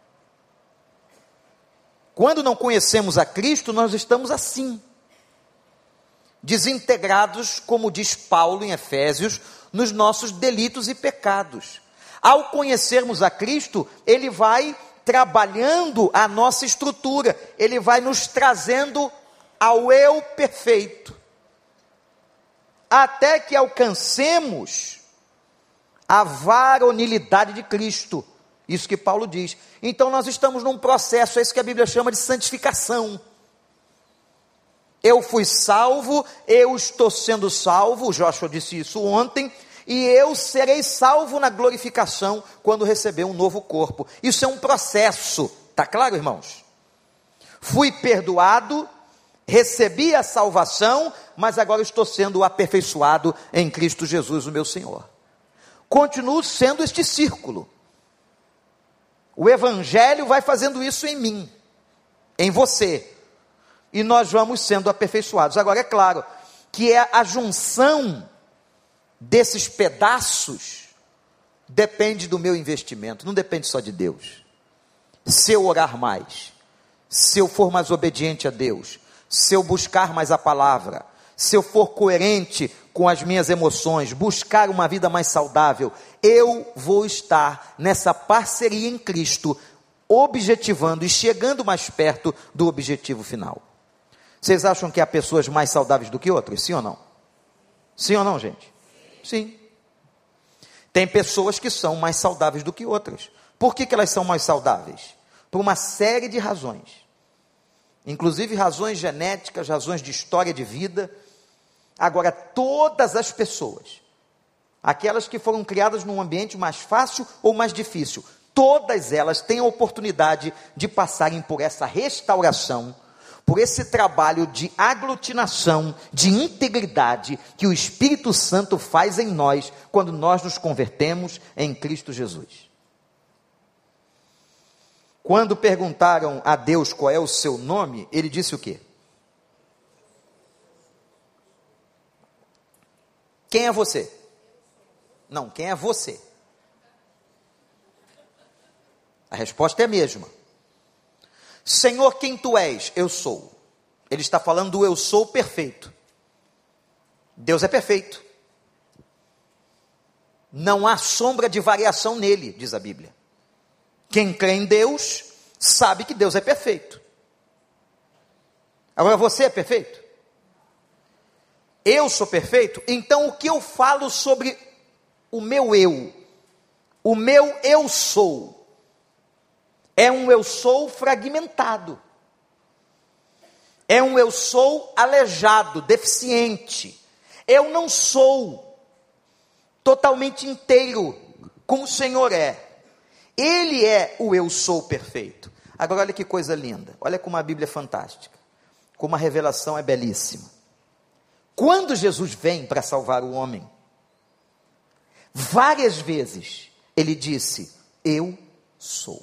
Quando não conhecemos a Cristo, nós estamos assim, desintegrados, como diz Paulo em Efésios, nos nossos delitos e pecados. Ao conhecermos a Cristo, ele vai trabalhando a nossa estrutura, ele vai nos trazendo ao eu perfeito, até que alcancemos a varonilidade de Cristo. Isso que Paulo diz. Então nós estamos num processo, é isso que a Bíblia chama de santificação. Eu fui salvo, eu estou sendo salvo, o Joshua disse isso ontem, e eu serei salvo na glorificação quando receber um novo corpo. Isso é um processo, está claro, irmãos? Fui perdoado, recebi a salvação, mas agora estou sendo aperfeiçoado em Cristo Jesus, o meu Senhor. Continuo sendo este círculo. O Evangelho vai fazendo isso em mim, em você, e nós vamos sendo aperfeiçoados. Agora é claro que é a junção desses pedaços depende do meu investimento, não depende só de Deus. Se eu orar mais, se eu for mais obediente a Deus, se eu buscar mais a palavra, se eu for coerente com as minhas emoções, buscar uma vida mais saudável, eu vou estar nessa parceria em Cristo, objetivando e chegando mais perto do objetivo final. Vocês acham que há pessoas mais saudáveis do que outras? Sim ou não? Sim ou não, gente? Sim. Tem pessoas que são mais saudáveis do que outras. Por que que elas são mais saudáveis? Por uma série de razões. Inclusive razões genéticas, razões de história de vida. Agora, todas as pessoas, aquelas que foram criadas num ambiente mais fácil ou mais difícil, todas elas têm a oportunidade de passarem por essa restauração, por esse trabalho de aglutinação, de integridade, que o Espírito Santo faz em nós, quando nós nos convertemos em Cristo Jesus. Quando perguntaram a Deus qual é o seu nome, ele disse o quê? Quem é você? Não, quem é você? A resposta é a mesma. Senhor, quem tu és? Eu sou. Ele está falando do eu sou perfeito. Deus é perfeito. Não há sombra de variação nele, diz a Bíblia. Quem crê em Deus, sabe que Deus é perfeito. Agora, você é perfeito? Eu sou perfeito? Então, o que eu falo sobre o meu eu? O meu eu sou. É um eu sou fragmentado. É um eu sou aleijado, deficiente. Eu não sou totalmente inteiro, como o Senhor é. Ele é o eu sou perfeito. Agora olha que coisa linda. Olha como a Bíblia é fantástica. Como a revelação é belíssima. Quando Jesus vem para salvar o homem, várias vezes ele disse, eu sou.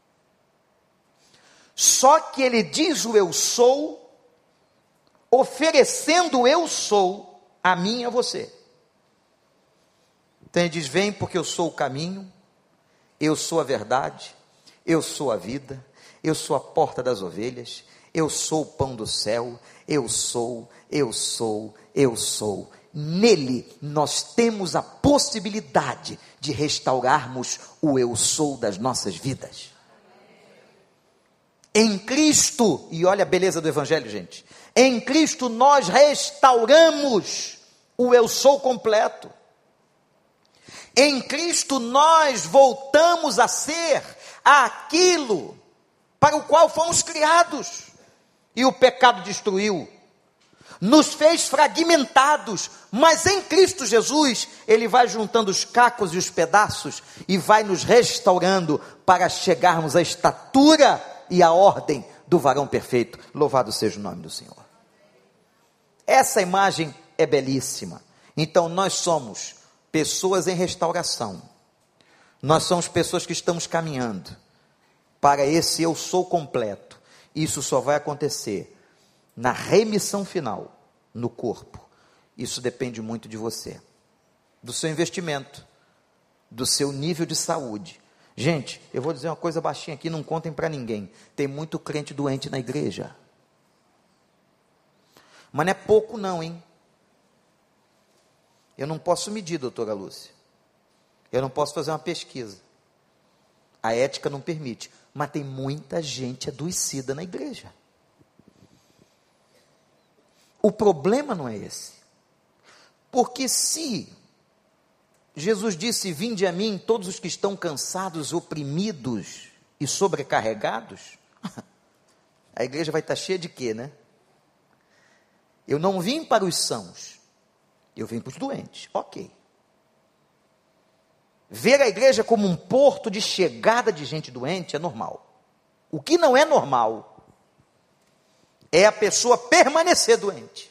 Só que ele diz o eu sou, oferecendo o eu sou a mim e a você. Então ele diz, vem porque eu sou o caminho, eu sou a verdade, eu sou a vida, eu sou a porta das ovelhas, eu sou o pão do céu, eu sou, eu sou, eu sou. Nele nós temos a possibilidade de restaurarmos o eu sou das nossas vidas. Em Cristo, e olha a beleza do Evangelho, gente, em Cristo nós restauramos o eu sou completo. Em Cristo nós voltamos a ser aquilo para o qual fomos criados, e o pecado destruiu, nos fez fragmentados, mas em Cristo Jesus, Ele vai juntando os cacos e os pedaços, e vai nos restaurando para chegarmos à estatura e à ordem do varão perfeito. Louvado seja o nome do Senhor. Essa imagem é belíssima. Então nós somos pessoas em restauração, nós somos pessoas que estamos caminhando para esse eu sou completo. Isso só vai acontecer na remissão final, no corpo. Isso depende muito de você, do seu investimento, do seu nível de saúde. Gente, eu vou dizer uma coisa baixinha aqui, não contem para ninguém. Tem muito crente doente na igreja. Mas não é pouco não, hein? Eu não posso medir, doutora Lúcia. Eu não posso fazer uma pesquisa. A ética não permite. Mas tem muita gente adoecida na igreja. O problema não é esse. Porque se Jesus disse: vinde a mim todos os que estão cansados, oprimidos e sobrecarregados, a igreja vai estar cheia de quê, né? Eu não vim para os sãos, eu vim para os doentes. Ok. Ver a igreja como um porto de chegada de gente doente é normal. O que não é normal é a pessoa permanecer doente.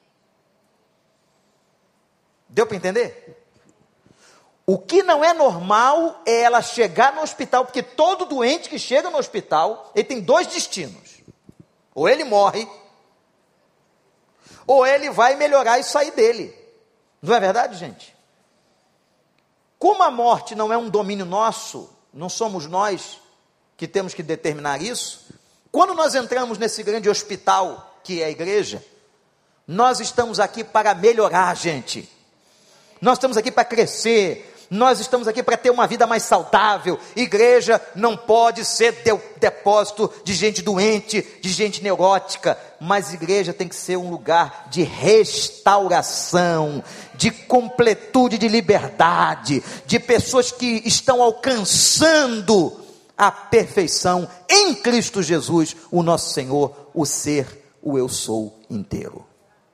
Deu para entender? O que não é normal é ela chegar no hospital, porque todo doente que chega no hospital, ele tem dois destinos. Ou ele morre, ou ele vai melhorar e sair dele. Não é verdade, gente? Como a morte não é um domínio nosso, não somos nós que temos que determinar isso, quando nós entramos nesse grande hospital que é a igreja, nós estamos aqui para melhorar, gente. Nós estamos aqui para crescer. Nós estamos aqui para ter uma vida mais saudável. Igreja não pode ser de, depósito de gente doente, de gente neurótica, mas igreja tem que ser um lugar de restauração, de completude, de liberdade, de pessoas que estão alcançando a perfeição em Cristo Jesus, o nosso Senhor, o ser, o eu sou inteiro.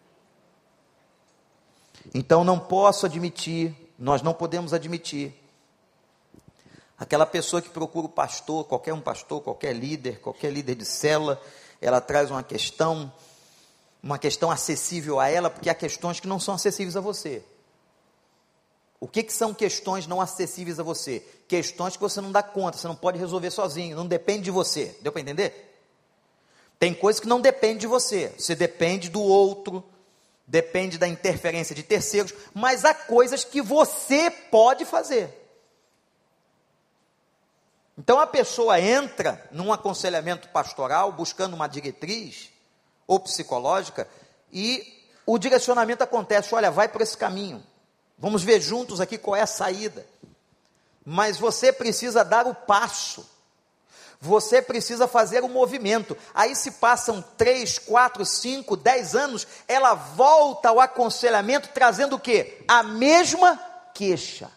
Então não posso admitir, nós não podemos admitir, aquela pessoa que procura o pastor, qualquer um pastor, qualquer líder, qualquer líder de célula, ela traz uma questão, uma questão acessível a ela, porque há questões que não são acessíveis a você. O que, que são questões não acessíveis a você? Questões que você não dá conta, você não pode resolver sozinho, não depende de você. Deu para entender? Tem coisas que não dependem de você, você depende do outro, depende da interferência de terceiros, mas há coisas que você pode fazer. Então a pessoa entra num aconselhamento pastoral, buscando uma diretriz, ou psicológica, e o direcionamento acontece: olha, vai por esse caminho, vamos ver juntos aqui qual é a saída, mas você precisa dar o passo, você precisa fazer o movimento. Aí se passam três, quatro, cinco, dez anos, ela volta ao aconselhamento trazendo o quê? A mesma queixa.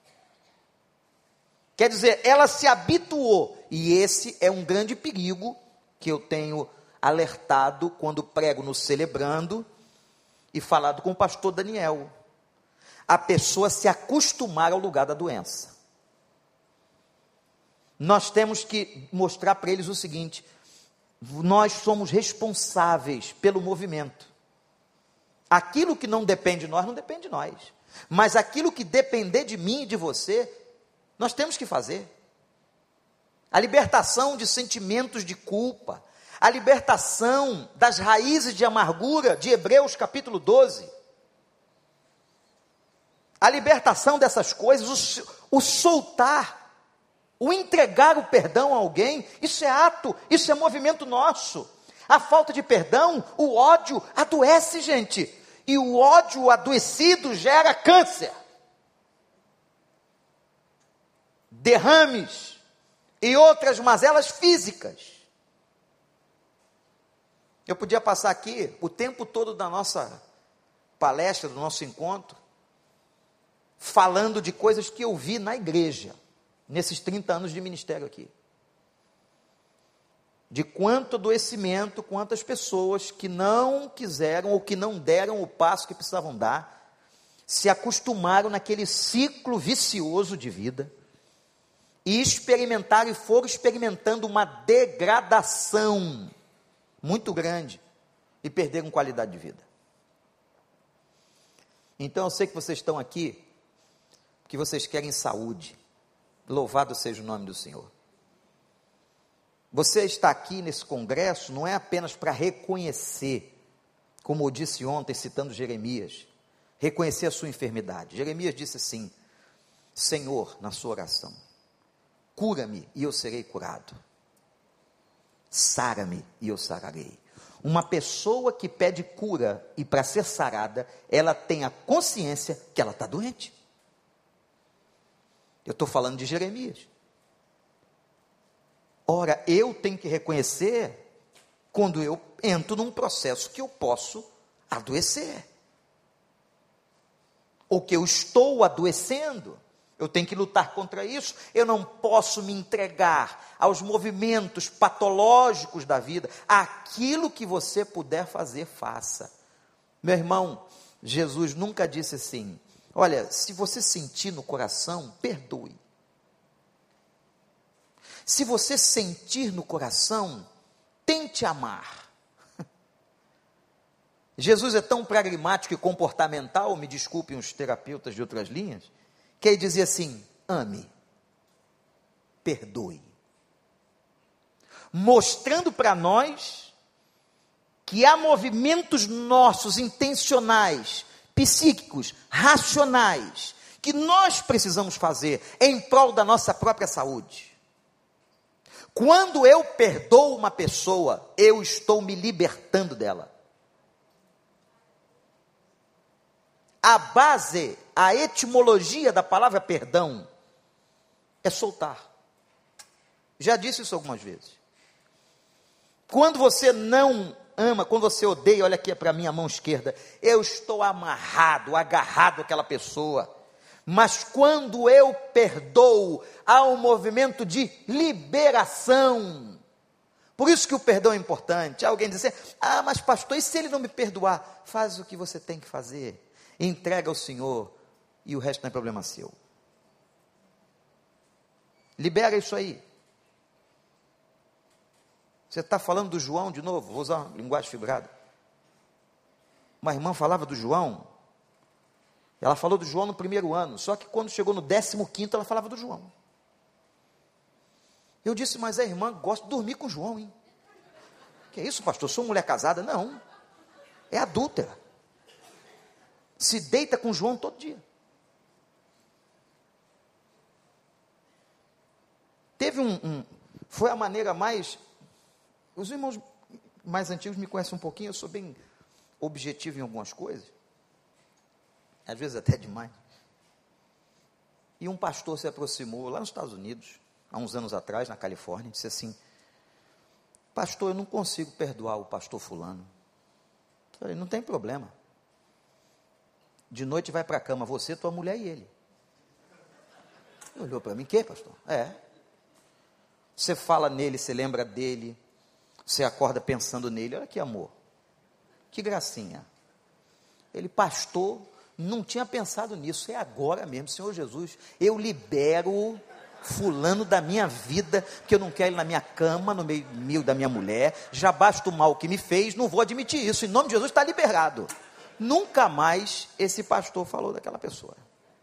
Quer dizer, ela se habituou, e esse é um grande perigo que eu tenho alertado quando prego no Celebrando e falado com o pastor Daniel. A pessoa se acostumar ao lugar da doença. Nós temos que mostrar para eles o seguinte: nós somos responsáveis pelo movimento. Aquilo que não depende de nós, não depende de nós. Mas aquilo que depender de mim e de você, nós temos que fazer. A libertação de sentimentos de culpa, a libertação das raízes de amargura de Hebreus capítulo doze, a libertação dessas coisas, o, o soltar, o entregar o perdão a alguém, isso é ato, isso é movimento nosso. A falta de perdão, o ódio adoece, gente, e o ódio adoecido gera câncer, derrames e outras mazelas físicas. Eu podia passar aqui o tempo todo da nossa palestra, do nosso encontro, falando de coisas que eu vi na igreja, nesses trinta anos de ministério aqui. De quanto adoecimento, quantas pessoas que não quiseram ou que não deram o passo que precisavam dar, se acostumaram naquele ciclo vicioso de vida, e experimentaram e foram experimentando uma degradação muito grande, e perderam qualidade de vida. Então eu sei que vocês estão aqui, porque vocês querem saúde. Louvado seja o nome do Senhor. Você está aqui nesse congresso não é apenas para reconhecer, como eu disse ontem, citando Jeremias, reconhecer a sua enfermidade. Jeremias disse assim: Senhor, na sua oração, cura-me e eu serei curado, sara-me e eu sararei. Uma pessoa que pede cura e para ser sarada, ela tem a consciência que ela está doente. Eu estou falando de Jeremias. Ora, eu tenho que reconhecer quando eu entro num processo que eu posso adoecer. ou que eu estou adoecendo. Eu tenho que lutar contra isso. Eu não posso me entregar aos movimentos patológicos da vida. Aquilo que você puder fazer, faça. Meu irmão, Jesus nunca disse assim: olha, se você sentir no coração, perdoe. Se você sentir no coração, tente amar. Jesus é tão pragmático e comportamental, me desculpem os terapeutas de outras linhas, que ele dizia assim: ame, perdoe. Mostrando para nós que há movimentos nossos, intencionais, psíquicos, racionais, que nós precisamos fazer em prol da nossa própria saúde. Quando eu perdoo uma pessoa, eu estou me libertando dela. A base, a etimologia da palavra perdão é soltar. Já disse isso algumas vezes. Quando você não ama, quando você odeia, olha aqui para a minha mão esquerda, eu estou amarrado, agarrado àquela pessoa. Mas quando eu perdoo, há um movimento de liberação. Por isso que o perdão é importante. Alguém diz assim: ah, mas pastor, e se ele não me perdoar? Faz o que você tem que fazer. Entrega ao Senhor e o resto não é problema seu. Libera isso aí. Você está falando do João de novo? Vou usar uma linguagem fibrada. Uma irmã falava do João. Ela falou do João no primeiro ano. Só que quando chegou no décimo quinto, ela falava do João. Eu disse: mas a irmã gosta de dormir com o João, hein? Que isso, pastor? Sou mulher casada? Não. É adúltera. Se deita com o João todo dia. Teve um, um... Foi a maneira mais... Os irmãos mais antigos me conhecem um pouquinho, eu sou bem objetivo em algumas coisas. Às vezes até demais. E um pastor se aproximou lá nos Estados Unidos, há uns anos atrás, na Califórnia, e disse assim: pastor, eu não consigo perdoar o pastor fulano. Eu falei: não tem problema. De noite vai para a cama você, tua mulher e ele. Ele olhou para mim: que, pastor? É. Você fala nele, você lembra dele, você acorda pensando nele. Olha que amor, que gracinha. Ele: pastor, não tinha pensado nisso, é agora mesmo, Senhor Jesus, eu libero fulano da minha vida, porque eu não quero ele na minha cama, no meio, meio da minha mulher, já basta o mal que me fez, não vou admitir isso, em nome de Jesus está liberado. Nunca mais esse pastor falou daquela pessoa.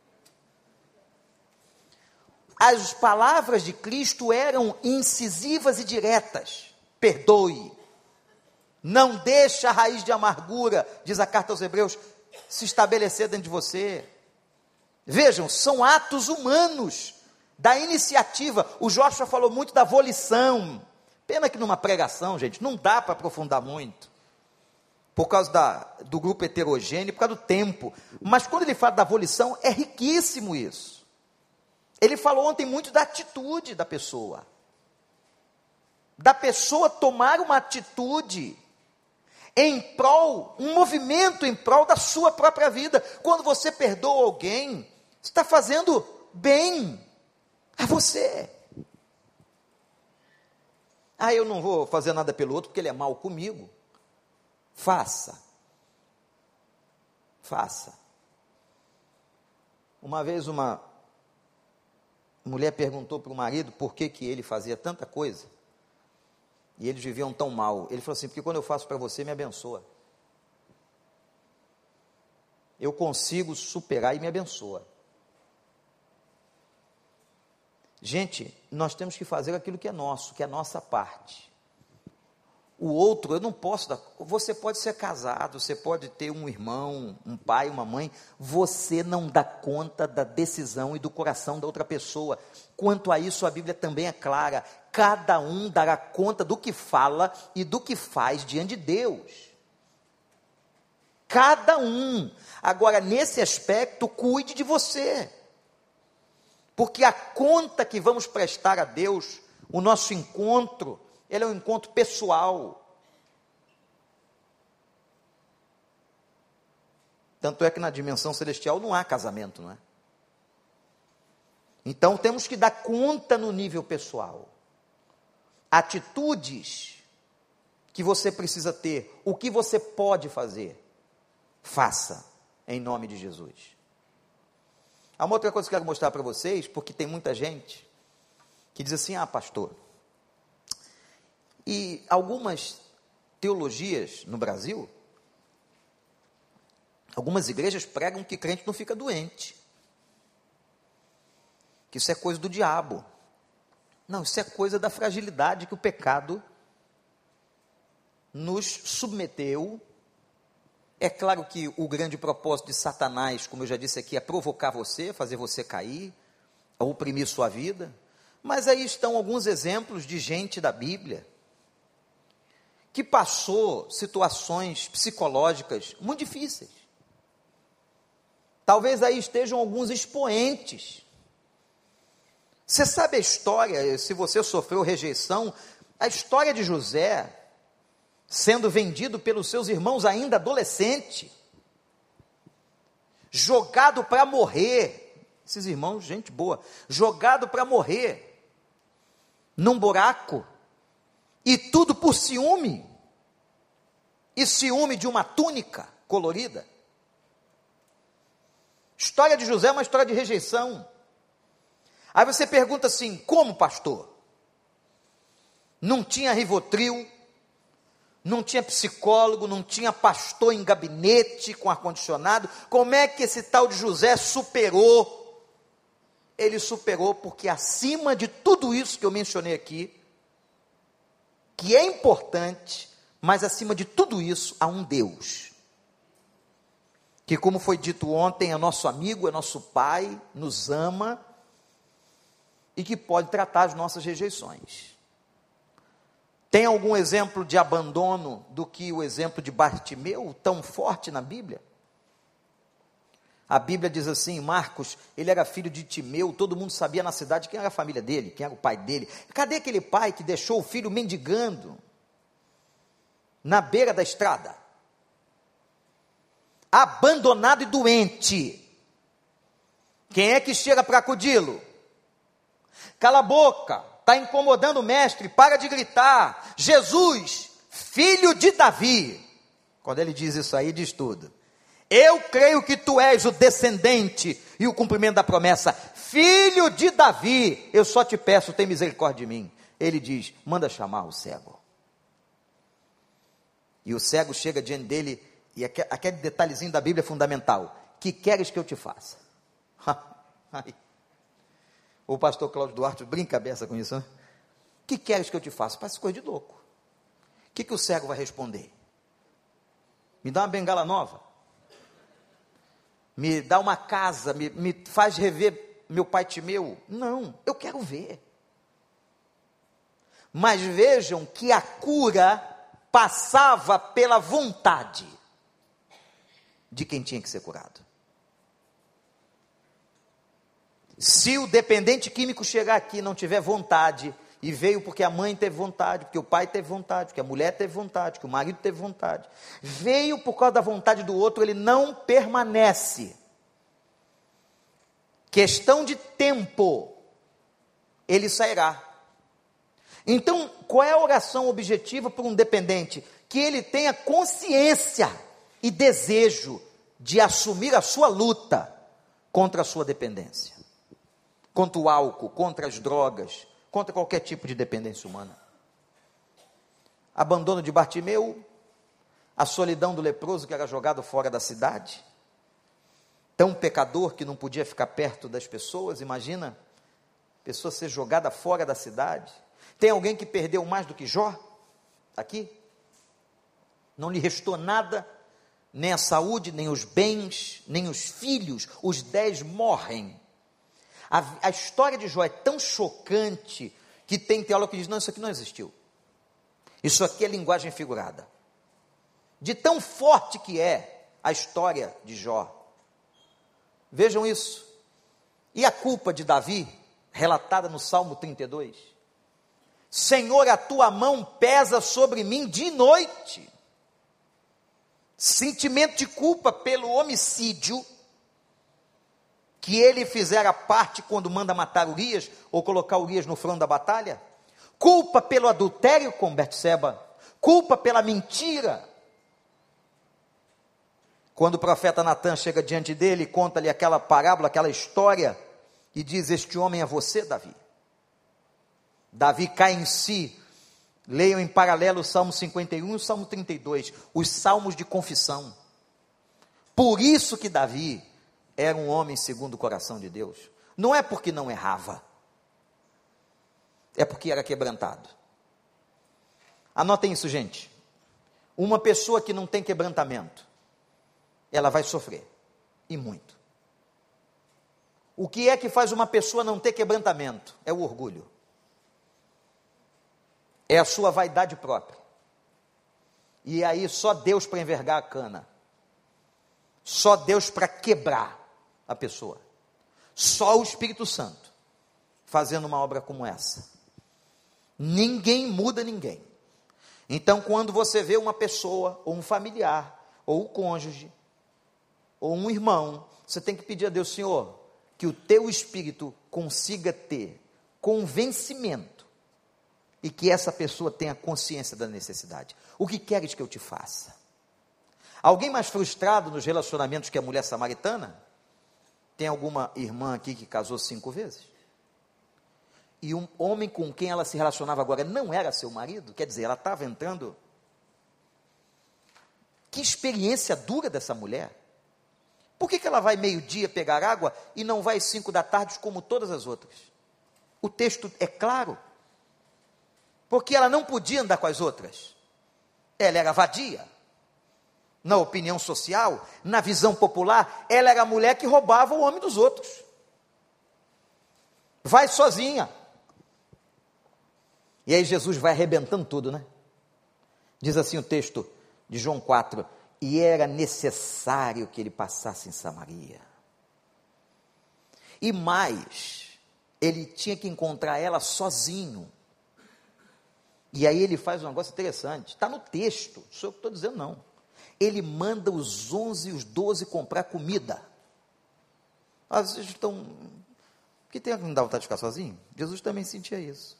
As palavras de Cristo eram incisivas e diretas: perdoe, não deixe a raiz de amargura, diz a carta aos Hebreus, se estabelecer dentro de você. Vejam, são atos humanos, da iniciativa. O Joshua falou muito da volição. Pena que numa pregação, gente, não dá para aprofundar muito, por causa da, do grupo heterogêneo, por causa do tempo. Mas quando ele fala da volição, é riquíssimo isso. Ele falou ontem muito da atitude da pessoa. Da pessoa tomar uma atitude em prol, um movimento em prol da sua própria vida. Quando você perdoa alguém, você está fazendo bem a você. Ah, eu não vou fazer nada pelo outro porque ele é mal comigo. Faça. Faça. Uma vez uma mulher perguntou para o marido por que, que ele fazia tanta coisa e eles viviam tão mal. Ele falou assim: porque quando eu faço para você, me abençoa. Eu consigo superar e me abençoa. Gente, nós temos que fazer aquilo que é nosso, que é a nossa parte. O outro, eu não posso dar. Você pode ser casado, você pode ter um irmão, um pai, uma mãe. Você não dá conta da decisão e do coração da outra pessoa. Quanto a isso, a Bíblia também é clara: cada um dará conta do que fala e do que faz diante de Deus. Cada um. Agora, nesse aspecto, cuide de você. Porque a conta que vamos prestar a Deus, o nosso encontro, ele é um encontro pessoal. Tanto é que na dimensão celestial não há casamento, não é? Então temos que dar conta no nível pessoal. Atitudes que você precisa ter, o que você pode fazer, faça, em nome de Jesus. Há uma outra coisa que eu quero mostrar para vocês, porque tem muita gente que diz assim, ah, pastor, e algumas teologias no Brasil, algumas igrejas pregam que crente não fica doente, que isso é coisa do diabo. Não, isso é coisa da fragilidade que o pecado nos submeteu. É claro que o grande propósito de Satanás, como eu já disse aqui, é provocar você, fazer você cair, a oprimir sua vida. Mas aí estão alguns exemplos de gente da Bíblia que passou situações psicológicas muito difíceis. Talvez aí estejam alguns expoentes. Você sabe a história, se você sofreu rejeição, a história de José sendo vendido pelos seus irmãos ainda adolescente, jogado para morrer, esses irmãos, gente boa, jogado para morrer, num buraco, e tudo por ciúme, e ciúme de uma túnica colorida. História de José é uma história de rejeição. Aí você pergunta assim, como, pastor? Não tinha Rivotril, não tinha psicólogo, não tinha pastor em gabinete com ar-condicionado, como é que esse tal de José superou? Ele superou porque acima de tudo isso que eu mencionei aqui, que é importante, mas acima de tudo isso, há um Deus, que como foi dito ontem, é nosso amigo, é nosso pai, nos ama, e que pode tratar as nossas rejeições. Tem algum exemplo de abandono do que o exemplo de Bartimeu, tão forte na Bíblia? A Bíblia diz assim, Marcos, ele era filho de Timeu, todo mundo sabia na cidade quem era a família dele, quem era o pai dele. Cadê aquele pai que deixou o filho mendigando na beira da estrada? Abandonado e doente. Quem é que chega para acudi-lo? Cala a boca, está incomodando o mestre, para de gritar, Jesus, filho de Davi. Quando ele diz isso aí, diz tudo. Eu creio que tu és o descendente e o cumprimento da promessa, filho de Davi, eu só te peço, tem misericórdia de mim. Ele diz, manda chamar o cego. E o cego chega diante dele, e aquele detalhezinho da Bíblia é fundamental, que queres que eu te faça? O pastor Cláudio Duarte brinca a beça com isso, né? Que queres que eu te faça? Parece coisa de louco. O que, que o cego vai responder? Me dá uma bengala nova? Me dá uma casa? Me, me faz rever meu pai Timeu? Não, eu quero ver. Mas vejam que a cura passava pela vontade de quem tinha que ser curado. Se o dependente químico chegar aqui e não tiver vontade, e veio porque a mãe teve vontade, porque o pai teve vontade, porque a mulher teve vontade, porque o marido teve vontade, veio por causa da vontade do outro, ele não permanece. Questão de tempo, ele sairá. Então, qual é a oração objetiva para um dependente? Que ele tenha consciência e desejo de assumir a sua luta contra a sua dependência. Contra o álcool, contra as drogas, contra qualquer tipo de dependência humana. Abandono de Bartimeu, a solidão do leproso que era jogado fora da cidade, tão pecador que não podia ficar perto das pessoas, imagina, pessoa ser jogada fora da cidade. Tem alguém que perdeu mais do que Jó? Aqui? Não lhe restou nada, nem a saúde, nem os bens, nem os filhos, os dez morrem. A, a história de Jó é tão chocante que tem teólogo que diz, não, isso aqui não existiu. Isso aqui é linguagem figurada. De tão forte que é a história de Jó. Vejam isso. E a culpa de Davi, relatada no Salmo trinta e dois? Senhor, a tua mão pesa sobre mim de noite. sentimento de culpa pelo homicídio que ele fizera parte quando manda matar Urias, ou colocar Urias no front da batalha, culpa pelo adultério com Betseba, culpa pela mentira. Quando o profeta Natã chega diante dele, conta-lhe aquela parábola, aquela história, e diz: este homem é você, Davi. Davi cai em si. Leiam em paralelo o Salmo cinquenta e um e o Salmo trinta e dois, os salmos de confissão. Por isso que Davi era um homem segundo o coração de Deus. Não é porque não errava, é porque era quebrantado. Anotem isso, gente. Uma pessoa que não tem quebrantamento, ela vai sofrer, e muito. O que é que faz uma pessoa não ter quebrantamento? É o orgulho. É a sua vaidade própria. E aí só Deus para envergar a cana. Só Deus para quebrar a pessoa. Só o Espírito Santo fazendo uma obra como essa. Ninguém muda ninguém. Então, quando você vê uma pessoa, ou um familiar, ou um cônjuge, ou um irmão, você tem que pedir a Deus: Senhor, que o teu Espírito consiga ter convencimento e que essa pessoa tenha consciência da necessidade. O que queres que eu te faça? Alguém mais frustrado nos relacionamentos que a mulher samaritana? Tem alguma irmã aqui que casou cinco vezes? E um homem com quem ela se relacionava agora não era seu marido? Quer dizer, ela estava entrando... Que experiência dura dessa mulher. Por que que ela vai meio-dia pegar água e não vai às cinco da tarde como todas as outras? O texto é claro. Porque ela não podia andar com as outras. Ela era vadia. Na opinião social, na visão popular, ela era a mulher que roubava o homem dos outros. Vai sozinha. E aí Jesus vai arrebentando tudo, né? Diz assim o texto de João quatro: e era necessário que ele passasse em Samaria. E mais, ele tinha que encontrar ela sozinho. E aí ele faz um negócio interessante, está no texto, não sou eu que estou dizendo não. Ele manda os onze e os doze comprar comida. Às vezes estão... que tem que não dá vontade de ficar sozinho? Jesus também sentia isso.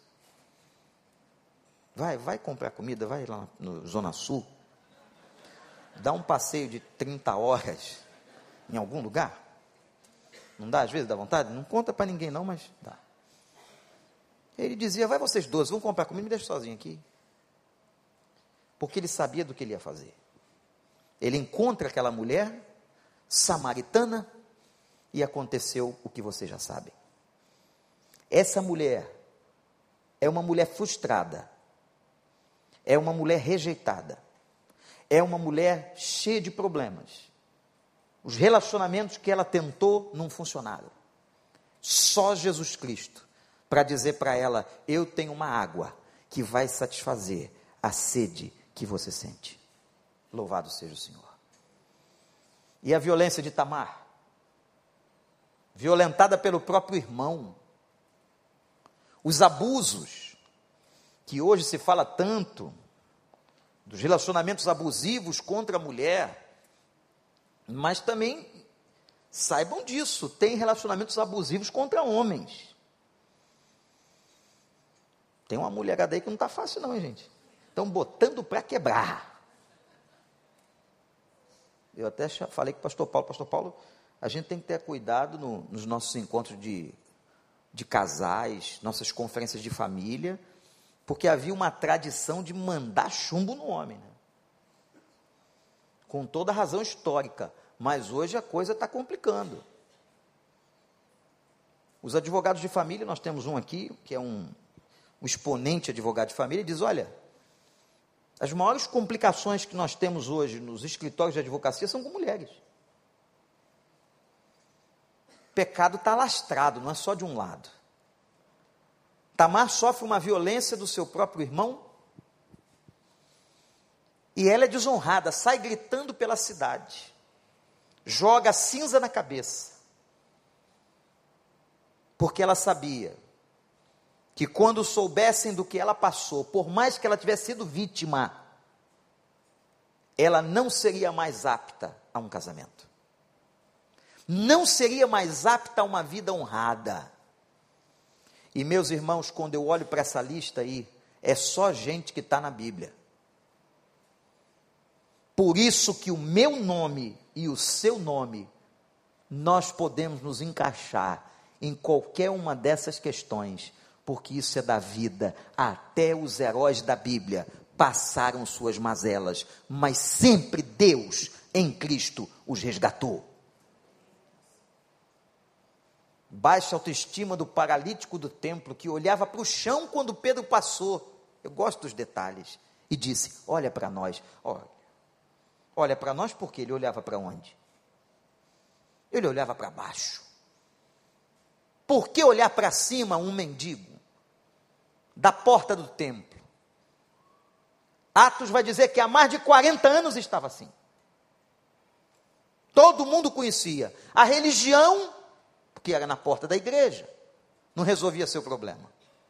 Vai, vai comprar comida, vai lá no Zona Sul. Dá um passeio de trinta horas em algum lugar. Não dá, às vezes dá vontade? Não conta para ninguém não, mas dá. Ele dizia: vai vocês doze, vão comprar comida, me deixa sozinho aqui. Porque ele sabia do que ele ia fazer. Ele encontra aquela mulher samaritana e aconteceu o que vocês já sabem. Essa mulher é uma mulher frustrada, é uma mulher rejeitada, é uma mulher cheia de problemas. Os relacionamentos que ela tentou não funcionaram. Só Jesus Cristo para dizer para ela: eu tenho uma água que vai satisfazer a sede que você sente. Louvado seja o Senhor. E a violência de Tamar, violentada pelo próprio irmão, os abusos, que hoje se fala tanto, dos relacionamentos abusivos contra a mulher, mas também, saibam disso, tem relacionamentos abusivos contra homens. Tem uma mulherada aí que não está fácil não, hein, gente? Estão botando para quebrar. Eu até falei com o pastor Paulo, pastor Paulo, a gente tem que ter cuidado no, nos nossos encontros de, de casais, nossas conferências de família, porque havia uma tradição de mandar chumbo no homem, né? Com toda a razão histórica, mas hoje a coisa está complicando. Os advogados de família, nós temos um aqui, que é um, um exponente advogado de família, diz: olha, as maiores complicações que nós temos hoje nos escritórios de advocacia são com mulheres. O pecado está lastrado, não é só de um lado. Tamar sofre uma violência do seu próprio irmão, e ela é desonrada, sai gritando pela cidade, joga cinza na cabeça, porque ela sabia que quando soubessem do que ela passou, por mais que ela tivesse sido vítima, ela não seria mais apta a um casamento. Não seria mais apta a uma vida honrada. E meus irmãos, quando eu olho para essa lista aí, é só gente que está na Bíblia. Por isso que o meu nome e o seu nome, nós podemos nos encaixar em qualquer uma dessas questões, porque isso é da vida. Até os heróis da Bíblia passaram suas mazelas, mas sempre Deus em Cristo os resgatou. Baixa autoestima do paralítico do templo, que olhava para o chão quando Pedro passou. Eu gosto dos detalhes. E disse, olha para nós. Olha, olha para nós porque ele olhava para onde? Ele olhava para baixo. Por que olhar para cima um mendigo? Da porta do templo. Atos vai dizer que há mais de quarenta anos estava assim. Todo mundo conhecia. A religião, porque era na porta da igreja, não resolvia seu problema.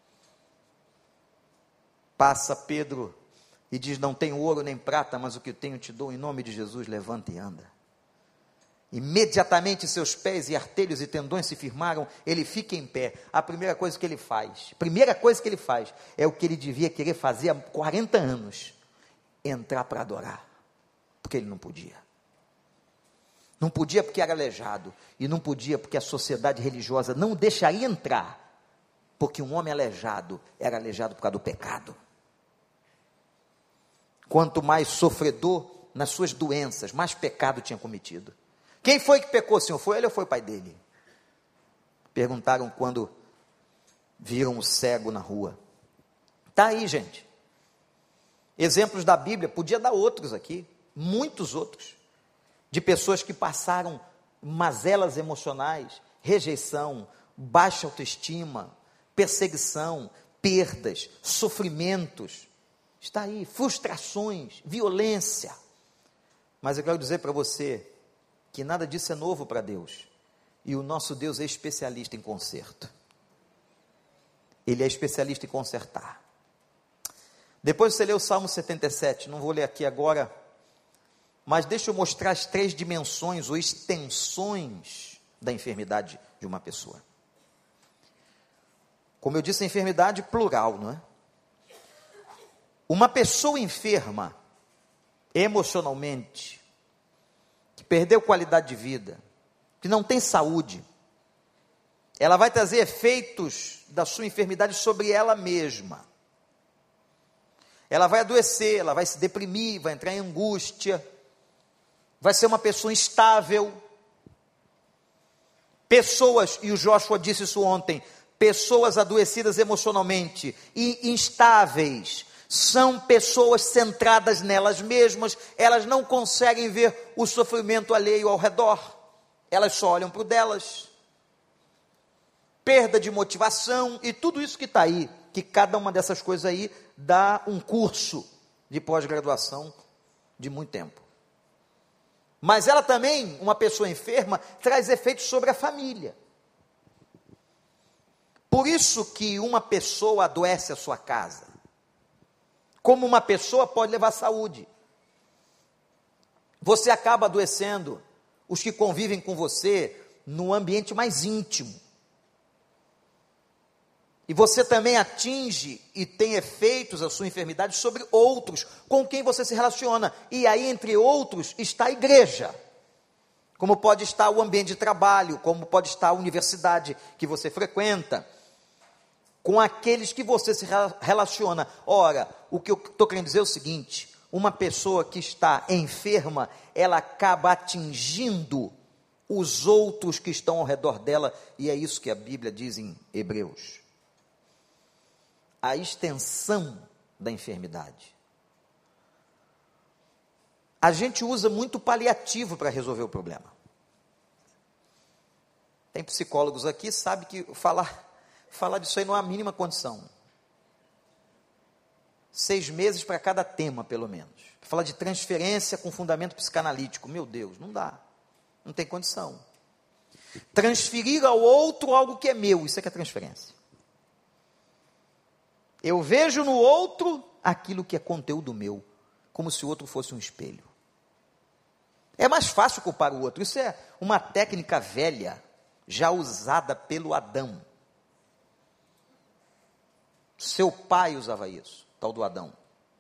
Passa Pedro e diz, não tenho ouro nem prata, mas o que tenho te dou, em nome de Jesus, levanta e anda. Imediatamente seus pés e artelhos e tendões se firmaram, ele fica em pé. A primeira coisa que ele faz, primeira coisa que ele faz, é o que ele devia querer fazer há quarenta anos, entrar para adorar, porque ele não podia. Não podia porque era aleijado, e não podia porque a sociedade religiosa não o deixaria entrar, porque um homem aleijado era aleijado por causa do pecado. Quanto mais sofredor nas suas doenças, mais pecado tinha cometido. Quem foi que pecou, Senhor? Foi ele ou foi o pai dele? Perguntaram quando viram o cego na rua. Está aí, gente. Exemplos da Bíblia, podia dar outros aqui, muitos outros, de pessoas que passaram mazelas emocionais, rejeição, baixa autoestima, perseguição, perdas, sofrimentos. Está aí, frustrações, violência. Mas eu quero dizer para você que nada disso é novo para Deus. E o nosso Deus é especialista em conserto. Ele é especialista em consertar. Depois você lê o Salmo setenta e sete, não vou ler aqui agora, mas deixa eu mostrar as três dimensões ou extensões da enfermidade de uma pessoa. Como eu disse, a enfermidade plural, não é? Uma pessoa enferma emocionalmente, que perdeu qualidade de vida, que não tem saúde, ela vai trazer efeitos da sua enfermidade sobre ela mesma. Ela vai adoecer, ela vai se deprimir, vai entrar em angústia, vai ser uma pessoa instável. Pessoas, e o Joshua disse isso ontem, pessoas adoecidas emocionalmente e instáveis, são pessoas centradas nelas mesmas, elas não conseguem ver o sofrimento alheio ao redor, elas só olham para o delas. Perda de motivação e tudo isso que está aí, que cada uma dessas coisas aí dá um curso de pós-graduação de muito tempo. Mas ela também, uma pessoa enferma, traz efeitos sobre a família. Por isso que uma pessoa adoece a sua casa. Como uma pessoa pode levar saúde. Você acaba adoecendo os que convivem com você no ambiente mais íntimo. E você também atinge e tem efeitos a sua enfermidade sobre outros com quem você se relaciona. E aí, entre outros, está a igreja. Como pode estar o ambiente de trabalho, como pode estar a universidade que você frequenta, com aqueles que você se relaciona. Ora, o que eu estou querendo dizer é o seguinte, uma pessoa que está enferma, ela acaba atingindo os outros que estão ao redor dela, e é isso que a Bíblia diz em Hebreus. A extensão da enfermidade. A gente usa muito paliativo para resolver o problema. Tem psicólogos aqui, sabe que falar, falar disso aí não há a mínima condição. Seis meses para cada tema, pelo menos. Falar de transferência com fundamento psicanalítico, meu Deus, não dá. Não tem condição. Transferir ao outro algo que é meu, isso é que é transferência. Eu vejo no outro aquilo que é conteúdo meu, como se o outro fosse um espelho. É mais fácil culpar o outro. Isso é uma técnica velha, já usada pelo Adão. Seu pai usava isso, tal do Adão.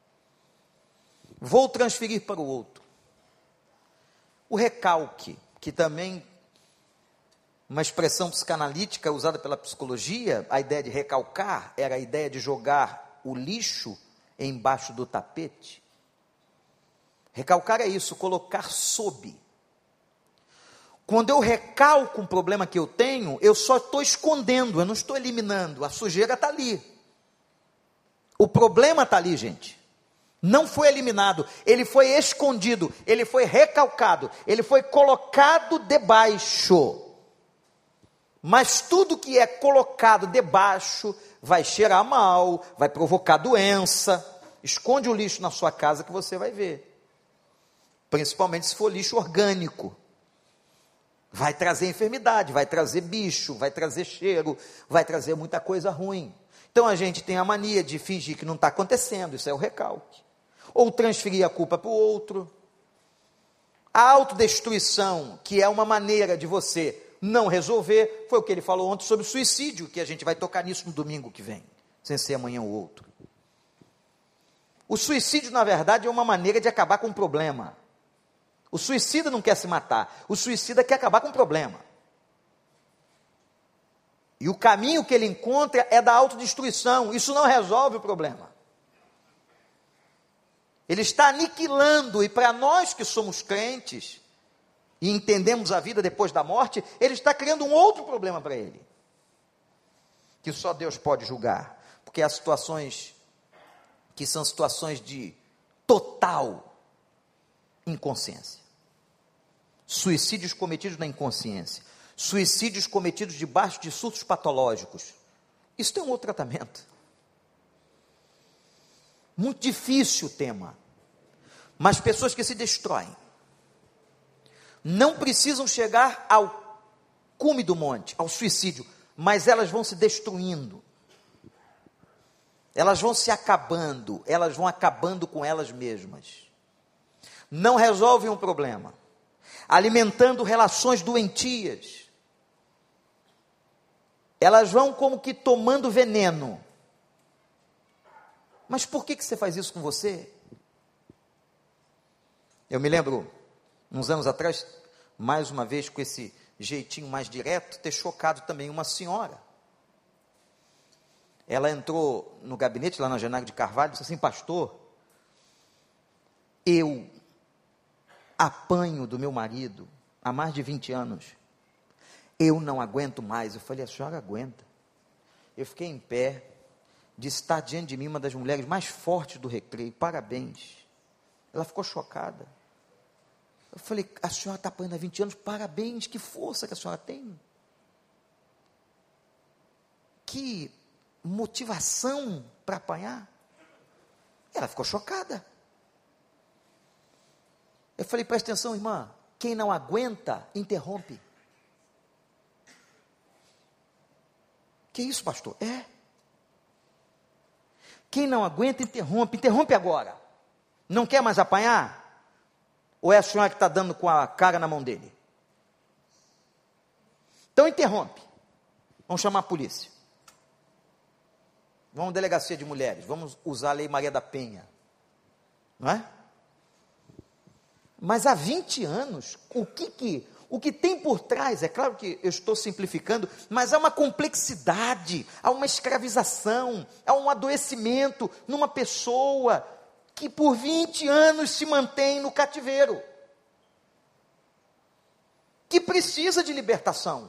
Vou transferir para o outro. O recalque, que também uma expressão psicanalítica usada pela psicologia, a ideia de recalcar era a ideia de jogar o lixo embaixo do tapete. Recalcar é isso, colocar sob. Quando eu recalco um problema que eu tenho, eu só estou escondendo, eu não estou eliminando, a sujeira está ali. O problema está ali, gente. Não foi eliminado, ele foi escondido, ele foi recalcado, ele foi colocado debaixo. Mas tudo que é colocado debaixo vai cheirar mal, vai provocar doença. Esconde o lixo na sua casa que você vai ver. Principalmente se for lixo orgânico. Vai trazer enfermidade, vai trazer bicho, vai trazer cheiro, vai trazer muita coisa ruim. Então a gente tem a mania de fingir que não está acontecendo, isso é o recalque. Ou transferir a culpa para o outro. A autodestruição, que é uma maneira de você não resolver, foi o que ele falou ontem sobre o suicídio, que a gente vai tocar nisso no domingo que vem, sem ser amanhã ou outro. O suicídio, na verdade, é uma maneira de acabar com o problema. O suicida não quer se matar, o suicida quer acabar com o problema. E o caminho que ele encontra é da autodestruição, isso não resolve o problema. Ele está aniquilando, e para nós que somos crentes, e entendemos a vida depois da morte, ele está criando um outro problema para ele, que só Deus pode julgar, porque há situações que são situações de total inconsciência. Suicídios cometidos na inconsciência, suicídios cometidos debaixo de surtos patológicos. Isso tem um outro tratamento. Muito difícil o tema, mas pessoas que se destroem, não precisam chegar ao cume do monte, ao suicídio, mas elas vão se destruindo, elas vão se acabando, elas vão acabando com elas mesmas, não resolvem um problema, alimentando relações doentias, elas vão como que tomando veneno. Mas por que que você faz isso com você? Eu me lembro, uns anos atrás, mais uma vez com esse jeitinho mais direto, ter chocado também uma senhora. Ela entrou no gabinete lá na Genaro de Carvalho e disse assim: pastor, eu apanho do meu marido há mais de vinte anos, eu não aguento mais. Eu falei: a senhora aguenta? Eu fiquei em pé, de estar diante de mim uma das mulheres mais fortes do Recreio, parabéns. Ela ficou chocada. Eu falei: a senhora está apanhando há vinte anos, parabéns, que força que a senhora tem. Que motivação para apanhar. Ela ficou chocada. Eu falei: presta atenção, irmã, quem não aguenta, interrompe. Que isso, pastor? É. Quem não aguenta, interrompe. Interrompe agora. Não quer mais apanhar? Ou é a senhora que está dando com a cara na mão dele? Então interrompe. Vamos chamar a polícia. Vamos à delegacia de mulheres. Vamos usar a lei Maria da Penha. Não é? Mas há vinte anos, o que, que, o que tem por trás, é claro que eu estou simplificando, mas há uma complexidade, há uma escravização, há um adoecimento numa pessoa que por vinte anos se mantém no cativeiro, que precisa de libertação.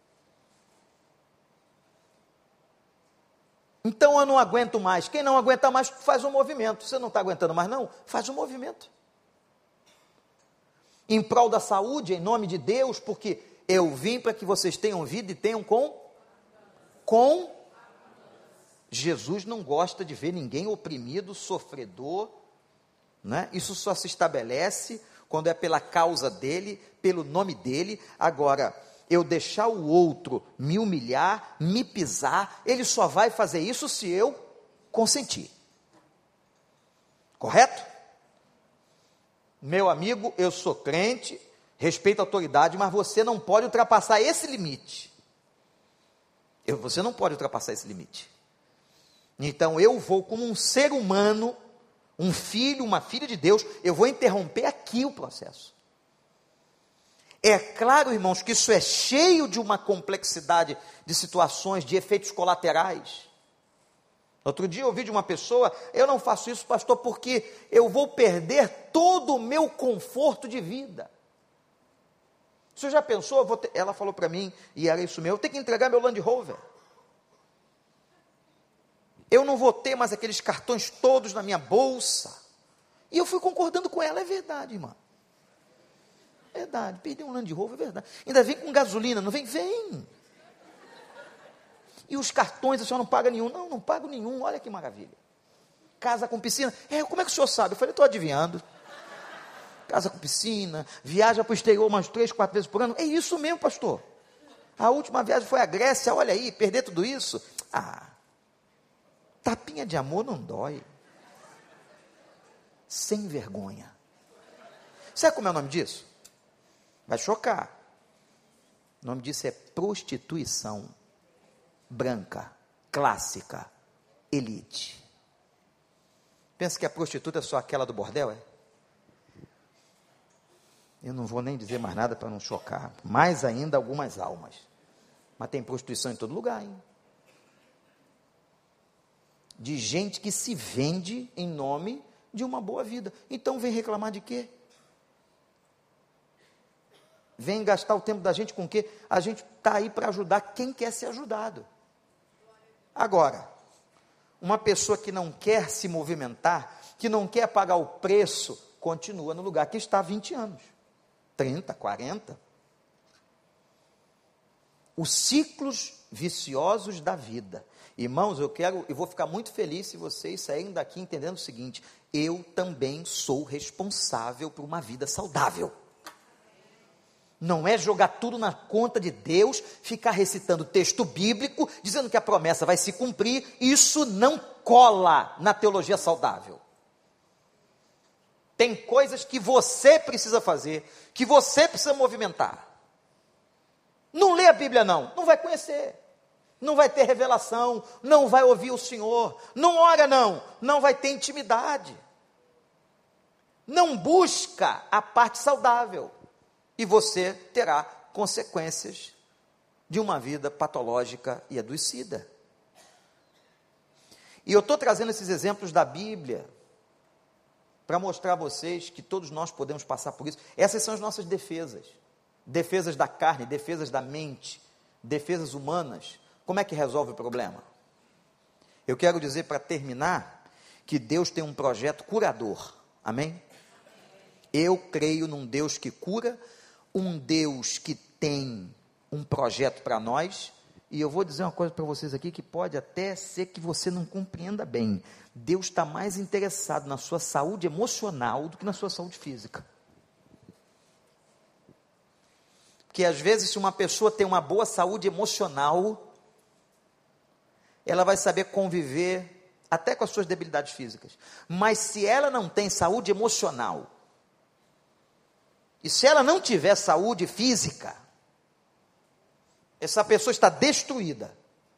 Então eu não aguento mais. Quem não aguenta mais faz um movimento. Você não está aguentando mais não? Faz um movimento. Em prol da saúde, em nome de Deus, porque eu vim para que vocês tenham vida e tenham com, com, Jesus não gosta de ver ninguém oprimido, sofredor, né? Isso só se estabelece quando é pela causa dele, pelo nome dele. Agora, eu deixar o outro me humilhar, me pisar, ele só vai fazer isso se eu consentir. Correto? Meu amigo, eu sou crente, respeito a autoridade, mas você não pode ultrapassar esse limite. Eu, você não pode ultrapassar esse limite. Então eu vou, como um ser humano, um filho, uma filha de Deus, eu vou interromper aqui o processo. É claro, irmãos, que isso é cheio de uma complexidade de situações, de efeitos colaterais. Outro dia eu ouvi de uma pessoa: eu não faço isso, pastor, porque eu vou perder todo o meu conforto de vida. Você já pensou? Eu vou ter... Ela falou para mim, e era isso mesmo: eu tenho que entregar meu Land Rover. Eu não vou ter mais aqueles cartões todos na minha bolsa. E eu fui concordando com ela. É verdade, irmã. É verdade, perder um Land Rover, é verdade. Ainda vem com gasolina, não vem? Vem. E os cartões, a senhora não paga nenhum? Não, não pago nenhum, olha que maravilha. Casa com piscina? É, como é que o senhor sabe? Eu falei, estou adivinhando. Casa com piscina, viaja para o exterior umas três, quatro vezes por ano. É isso mesmo, pastor. A última viagem foi à Grécia, olha aí, perder tudo isso. Ah, tapinha de amor não dói. Sem vergonha. Sabe como é o nome disso? Vai chocar. O nome disso é prostituição branca, clássica, elite. Pensa que a prostituta é só aquela do bordel, é? Eu não vou nem dizer mais nada para não chocar. Mais ainda algumas almas. Mas tem prostituição em todo lugar, hein? De gente que se vende em nome de uma boa vida. Então vem reclamar de quê? Vem gastar o tempo da gente com o quê? A gente está aí para ajudar quem quer ser ajudado. Agora, uma pessoa que não quer se movimentar, que não quer pagar o preço, continua no lugar que está há vinte anos, trinta, quarenta. Os ciclos viciosos da vida. Irmãos, eu quero, eu vou ficar muito feliz se vocês saírem daqui entendendo o seguinte: eu também sou responsável por uma vida saudável. Não é jogar tudo na conta de Deus, ficar recitando texto bíblico, dizendo que a promessa vai se cumprir. Isso não cola na teologia saudável. Tem coisas que você precisa fazer, que você precisa movimentar. Não lê a Bíblia não, não vai conhecer. Não vai ter revelação, não vai ouvir o Senhor. Não ora não, não vai ter intimidade. Não busca a parte saudável. E você terá consequências de uma vida patológica e adoecida. E eu estou trazendo esses exemplos da Bíblia para mostrar a vocês que todos nós podemos passar por isso. Essas são as nossas defesas. Defesas da carne, defesas da mente, defesas humanas. Como é que resolve o problema? Eu quero dizer, para terminar, que Deus tem um projeto curador. Amém? Eu creio num Deus que cura, um Deus que tem um projeto para nós, e eu vou dizer uma coisa para vocês aqui, que pode até ser que você não compreenda bem. Deus está mais interessado na sua saúde emocional do que na sua saúde física. Porque às vezes, se uma pessoa tem uma boa saúde emocional, ela vai saber conviver até com as suas debilidades físicas. Mas se ela não tem saúde emocional, e se ela não tiver saúde física, essa pessoa está destruída.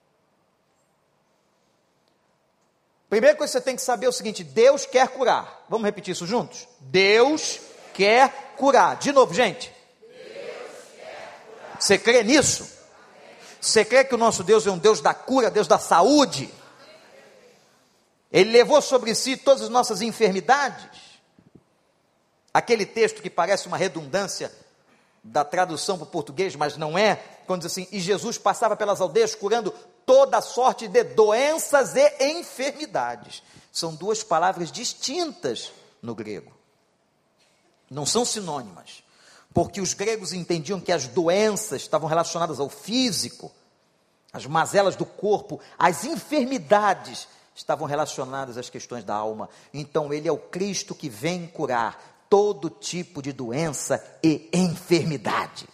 Primeira coisa que você tem que saber é o seguinte: Deus quer curar. Vamos repetir isso juntos? Deus quer curar. De novo, gente. Deus quer curar. Você crê nisso? Amém. Você crê que o nosso Deus é um Deus da cura, Deus da saúde? Ele levou sobre si todas as nossas enfermidades? Aquele texto que parece uma redundância da tradução para o português, mas não é, quando diz assim: e Jesus passava pelas aldeias curando toda sorte de doenças e enfermidades. São duas palavras distintas no grego. Não são sinônimas, porque os gregos entendiam que as doenças estavam relacionadas ao físico, as mazelas do corpo, as enfermidades estavam relacionadas às questões da alma. Então ele é o Cristo que vem curar todo tipo de doença e enfermidade.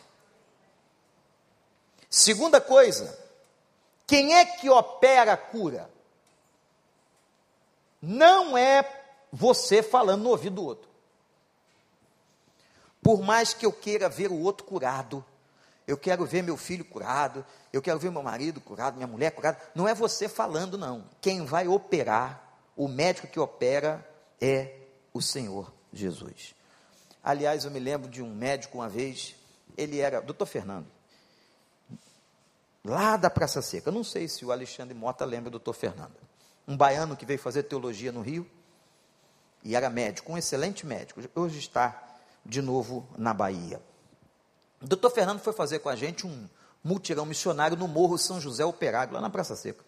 Segunda coisa, quem é que opera a cura? Não é você falando no ouvido do outro. Por mais que eu queira ver o outro curado, eu quero ver meu filho curado, eu quero ver meu marido curado, minha mulher curada, não é você falando, não. Quem vai operar, o médico que opera é o Senhor Jesus. Aliás, eu me lembro de um médico uma vez, ele era doutor Fernando, lá da Praça Seca. Eu não sei se o Alexandre Mota lembra do doutor Fernando, um baiano que veio fazer teologia no Rio, e era médico, um excelente médico, hoje está de novo na Bahia. O doutor Fernando foi fazer com a gente um mutirão missionário no Morro São José Operário, lá na Praça Seca.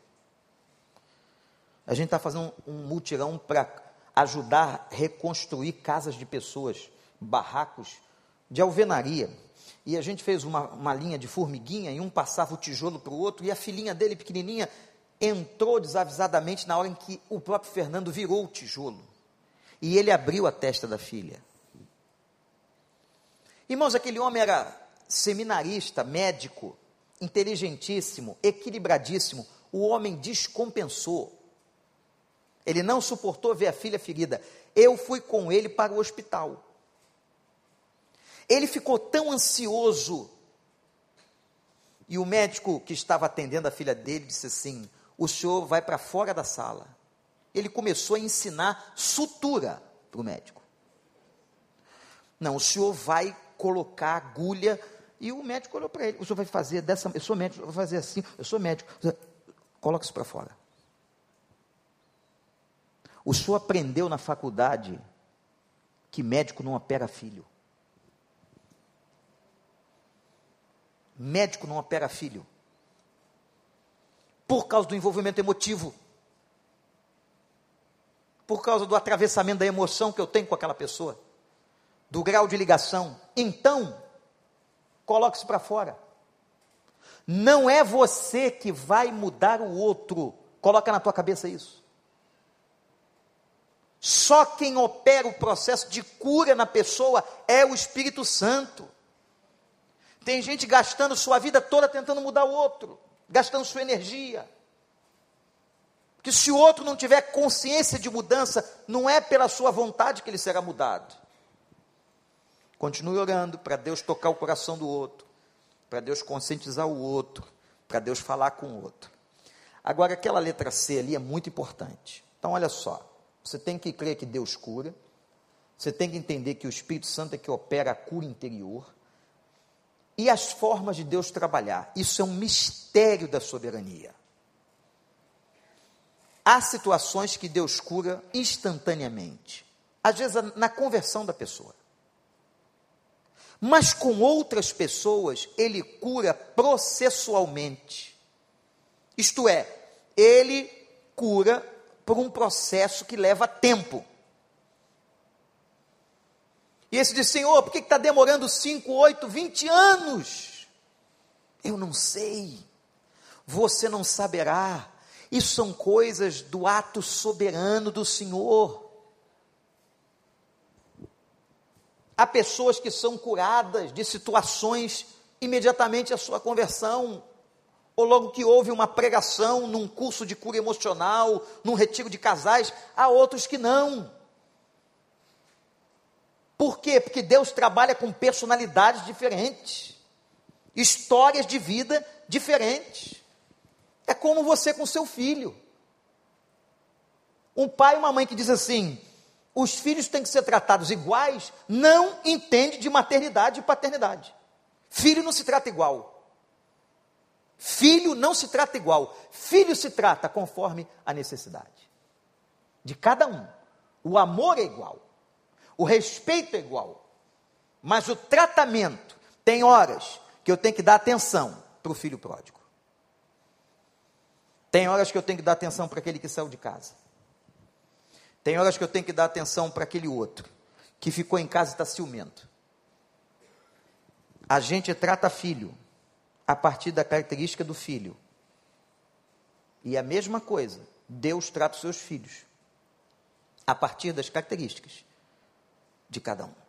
A gente está fazendo um, um mutirão para ajudar a reconstruir casas de pessoas, barracos de alvenaria. E a gente fez uma, uma linha de formiguinha, e um passava o tijolo para o outro, e a filhinha dele, pequenininha, entrou desavisadamente na hora em que o próprio Fernando virou o tijolo. E ele abriu a testa da filha. Irmãos, aquele homem era seminarista, médico, inteligentíssimo, equilibradíssimo. O homem descompensou. Ele não suportou ver a filha ferida. Eu fui com ele para o hospital. Ele ficou tão ansioso. E o médico que estava atendendo a filha dele disse assim: o senhor vai para fora da sala. Ele começou a ensinar sutura para o médico. Não, o senhor vai colocar agulha. E o médico olhou para ele: o senhor vai fazer dessa, eu sou médico, eu vou fazer assim, eu sou médico. Coloca isso para fora. O senhor aprendeu na faculdade que médico não opera filho. Médico não opera filho. Por causa do envolvimento emotivo. Por causa do atravessamento da emoção que eu tenho com aquela pessoa. Do grau de ligação. Então, coloque isso para fora. Não é você que vai mudar o outro. Coloca na tua cabeça isso. Só quem opera o processo de cura na pessoa é o Espírito Santo. Tem gente gastando sua vida toda tentando mudar o outro, gastando sua energia. Que se o outro não tiver consciência de mudança, não é pela sua vontade que ele será mudado. Continue orando para Deus tocar o coração do outro, para Deus conscientizar o outro, para Deus falar com o outro. Agora, aquela letra C ali é muito importante. Então, olha só. Você tem que crer que Deus cura, você tem que entender que o Espírito Santo é que opera a cura interior, e as formas de Deus trabalhar. Isso é um mistério da soberania. Há situações que Deus cura instantaneamente, às vezes na conversão da pessoa. Mas com outras pessoas, Ele cura processualmente. Isto é, Ele cura por um processo que leva tempo. E esse diz: Senhor, por que está demorando cinco, oito, vinte anos? Eu não sei. Você não saberá. Isso são coisas do ato soberano do Senhor. Há pessoas que são curadas de situações imediatamente à sua conversão, ou logo que houve uma pregação num curso de cura emocional, num retiro de casais. Há outros que não. Por quê? Porque Deus trabalha com personalidades diferentes, histórias de vida diferentes. É como você com seu filho. Um pai e uma mãe que diz assim: os filhos têm que ser tratados iguais, não entende de maternidade e paternidade. Filho não se trata igual. Filho não se trata igual. Filho se trata conforme a necessidade de cada um. O amor é igual. O respeito é igual. Mas o tratamento, tem horas que eu tenho que dar atenção para o filho pródigo. Tem horas que eu tenho que dar atenção para aquele que saiu de casa. Tem horas que eu tenho que dar atenção para aquele outro que ficou em casa e está ciumento. A gente trata filho a partir da característica do filho. E a mesma coisa, Deus trata os seus filhos a partir das características de cada um.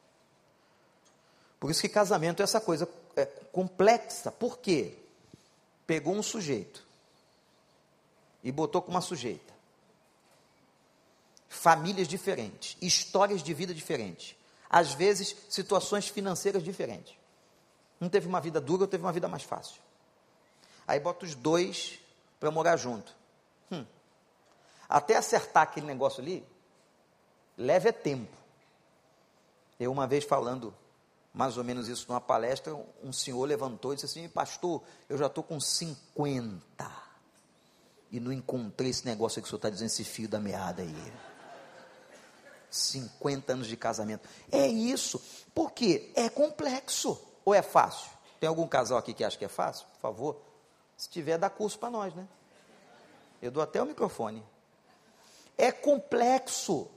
Por isso que casamento é essa coisa é, complexa. Por quê? Pegou um sujeito e botou com uma sujeita. Famílias diferentes, histórias de vida diferentes. Às vezes, situações financeiras diferentes. Um teve uma vida dura, outro teve uma vida mais fácil. Aí bota os dois para morar junto. Hum. Até acertar aquele negócio ali, leva é tempo. Eu uma vez falando mais ou menos isso numa palestra, um senhor levantou e disse assim: pastor, eu já estou com cinquenta e não encontrei esse negócio aí que o senhor está dizendo, esse fio da meada aí. cinquenta anos de casamento. É isso. Por quê? É complexo ou é fácil? Tem algum casal aqui que acha que é fácil? Por favor, se tiver, dá curso para nós, né? Eu dou até o microfone. É complexo.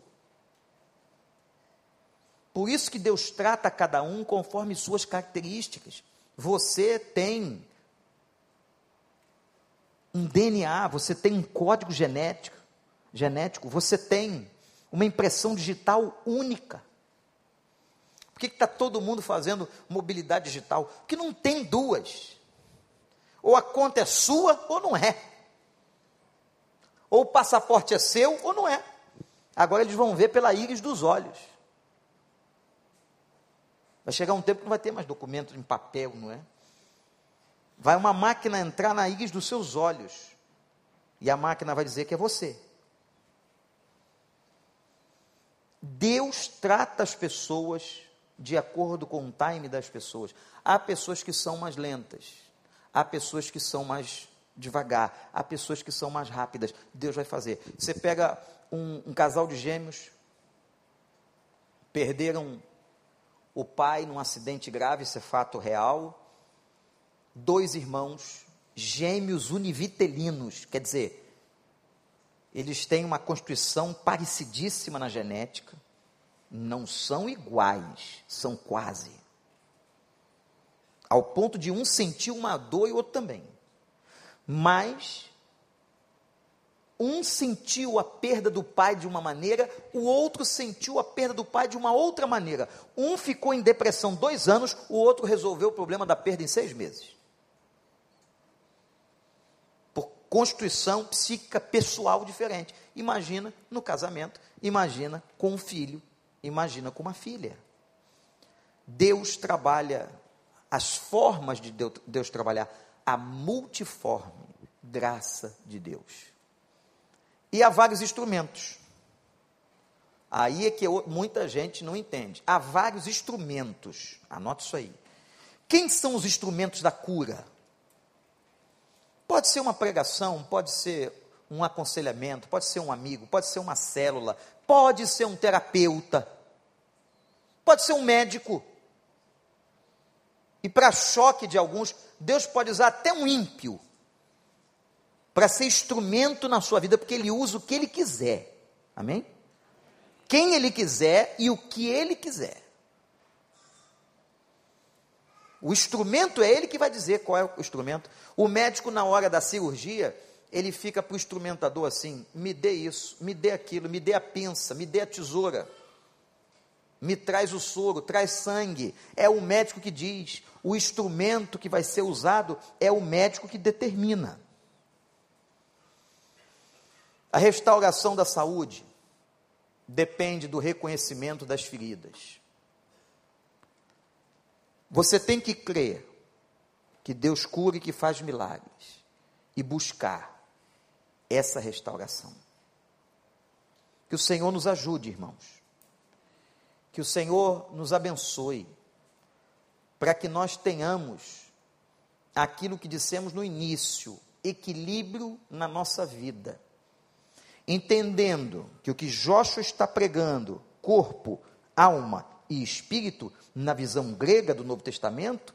Por isso que Deus trata cada um conforme suas características. Você tem um D N A, você tem um código genético, genético, você tem uma impressão digital única. Por que está todo mundo fazendo mobilidade digital? Porque não tem duas. Ou a conta é sua ou não é. Ou o passaporte é seu ou não é. Agora eles vão ver pela íris dos olhos. Vai chegar um tempo que não vai ter mais documento em papel, não é? Vai uma máquina entrar na íris dos seus olhos. E a máquina vai dizer que é você. Deus trata as pessoas de acordo com o time das pessoas. Há pessoas que são mais lentas. Há pessoas que são mais devagar. Há pessoas que são mais rápidas. Deus vai fazer. Você pega um, um casal de gêmeos, perderam o pai num acidente grave, isso é fato real. Dois irmãos, gêmeos univitelinos, quer dizer, eles têm uma constituição parecidíssima na genética, não são iguais, são quase. Ao ponto de um sentir uma dor e o outro também. Mas um sentiu a perda do pai de uma maneira, o outro sentiu a perda do pai de uma outra maneira. Um ficou em depressão dois anos, o outro resolveu o problema da perda em seis meses. Por constituição psíquica pessoal diferente. Imagina no casamento, imagina com um filho, imagina com uma filha. Deus trabalha, as formas de Deus, Deus trabalhar, a multiforme graça de Deus. E há vários instrumentos. Aí é que eu, muita gente não entende. Há vários instrumentos. Anote isso aí. Quem são os instrumentos da cura? Pode ser uma pregação, pode ser um aconselhamento, pode ser um amigo, pode ser uma célula, pode ser um terapeuta, pode ser um médico. E para choque de alguns, Deus pode usar até um ímpio para ser instrumento na sua vida, porque Ele usa o que Ele quiser, amém? Quem Ele quiser e o que Ele quiser. O instrumento é Ele que vai dizer qual é o instrumento. O médico, na hora da cirurgia, ele fica para o instrumentador assim: me dê isso, me dê aquilo, me dê a pinça, me dê a tesoura, me traz o soro, traz sangue. É o médico que diz. O instrumento que vai ser usado é o médico que determina. A restauração da saúde depende do reconhecimento das feridas. Você tem que crer que Deus cura e que faz milagres e buscar essa restauração. Que o Senhor nos ajude, irmãos. Que o Senhor nos abençoe para que nós tenhamos aquilo que dissemos no início, equilíbrio na nossa vida. Entendendo que o que Joshua está pregando, corpo, alma e espírito, na visão grega do Novo Testamento,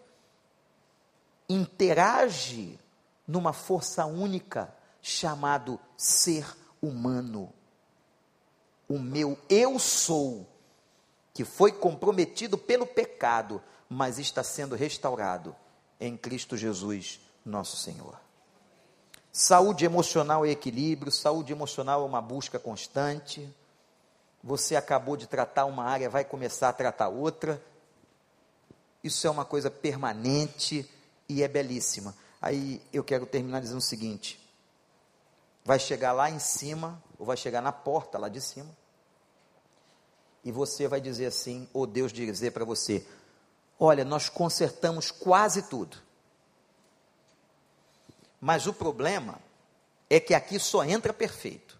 interage numa força única, chamado ser humano. O meu eu sou, que foi comprometido pelo pecado, mas está sendo restaurado em Cristo Jesus, nosso Senhor. Saúde emocional é equilíbrio, saúde emocional é uma busca constante. Você acabou de tratar uma área, vai começar a tratar outra. Isso é uma coisa permanente e é belíssima. Aí eu quero terminar dizendo o seguinte: vai chegar lá em cima, ou vai chegar na porta lá de cima, e você vai dizer assim, ou Deus dizer para você, olha, nós consertamos quase tudo. Mas o problema é que aqui só entra perfeito.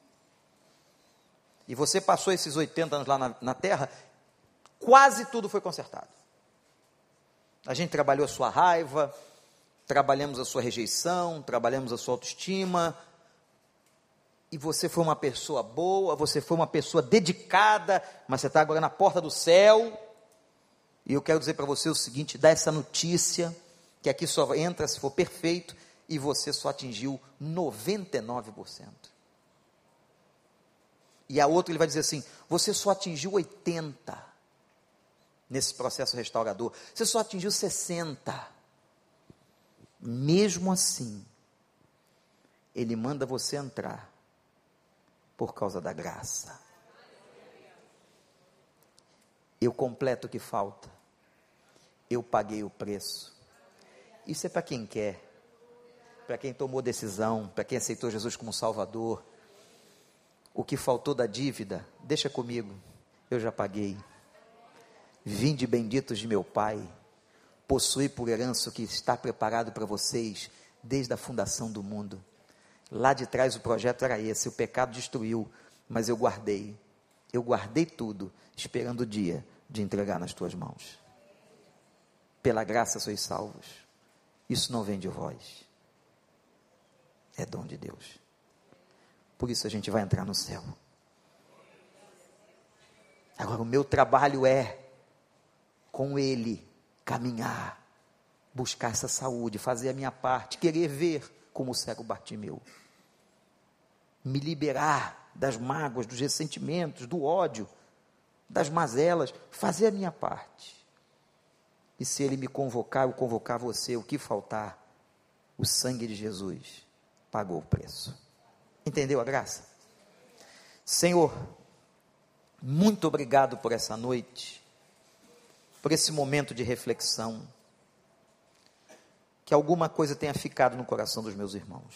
E você passou esses oitenta anos lá na, na terra, quase tudo foi consertado. A gente trabalhou a sua raiva, trabalhamos a sua rejeição, trabalhamos a sua autoestima, e você foi uma pessoa boa, você foi uma pessoa dedicada, mas você está agora na porta do céu, e eu quero dizer para você o seguinte, dá essa notícia, que aqui só entra se for perfeito, e você só atingiu noventa e nove por cento. E a outra ele vai dizer assim, você só atingiu oitenta por cento nesse processo restaurador, você só atingiu sessenta por cento. Mesmo assim, ele manda você entrar, por causa da graça. Eu completo o que falta, eu paguei o preço. Isso é para quem quer, para quem tomou decisão, para quem aceitou Jesus como Salvador. O que faltou da dívida, deixa comigo, eu já paguei. Vinde benditos de meu Pai, possui por herança o que está preparado para vocês, desde a fundação do mundo. Lá de trás o projeto era esse, o pecado destruiu, mas eu guardei, eu guardei tudo, esperando o dia de entregar nas tuas mãos. Pela graça sois salvos, isso não vem de vós, é dom de Deus. Por isso a gente vai entrar no céu. Agora o meu trabalho é, com Ele, caminhar, buscar essa saúde, fazer a minha parte, querer ver como o cego Bartimeu, me liberar das mágoas, dos ressentimentos, do ódio, das mazelas, fazer a minha parte. E se Ele me convocar, eu convocar você, o que faltar, o sangue de Jesus pagou o preço. Entendeu a graça? Senhor, muito obrigado por essa noite, por esse momento de reflexão, que alguma coisa tenha ficado no coração dos meus irmãos,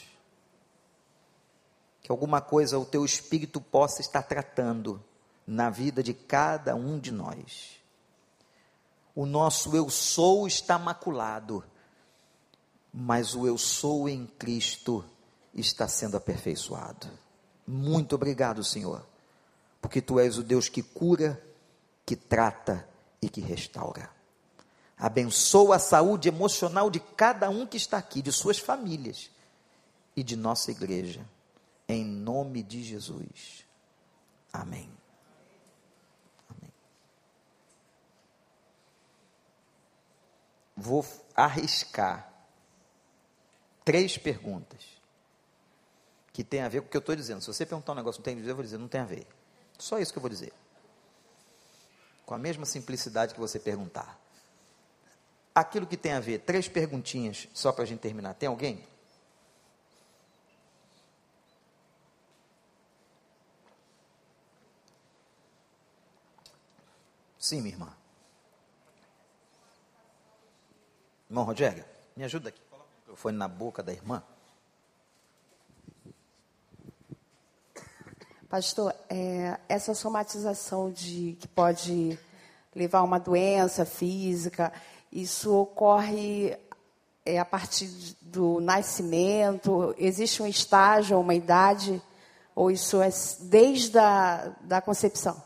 que alguma coisa o teu Espírito possa estar tratando na vida de cada um de nós. O nosso eu sou está maculado, mas o eu sou em Cristo está sendo aperfeiçoado. Muito obrigado, Senhor, porque tu és o Deus que cura, que trata e que restaura. Abençoa a saúde emocional de cada um que está aqui, de suas famílias e de nossa igreja, em nome de Jesus. Amém. Amém. Vou arriscar três perguntas que tem a ver com o que eu estou dizendo. Se você perguntar um negócio que não tem a ver, eu vou dizer, não tem a ver. Só isso que eu vou dizer. Com a mesma simplicidade que você perguntar. Aquilo que tem a ver, três perguntinhas, só para a gente terminar. Tem alguém? Sim, minha irmã. Irmão Rogério, me ajuda aqui. Coloca o microfone na boca da irmã. Pastor, é, essa somatização de, que pode levar a uma doença física, isso ocorre é, a partir do nascimento? Existe um estágio, uma idade? Ou isso é desde a da concepção?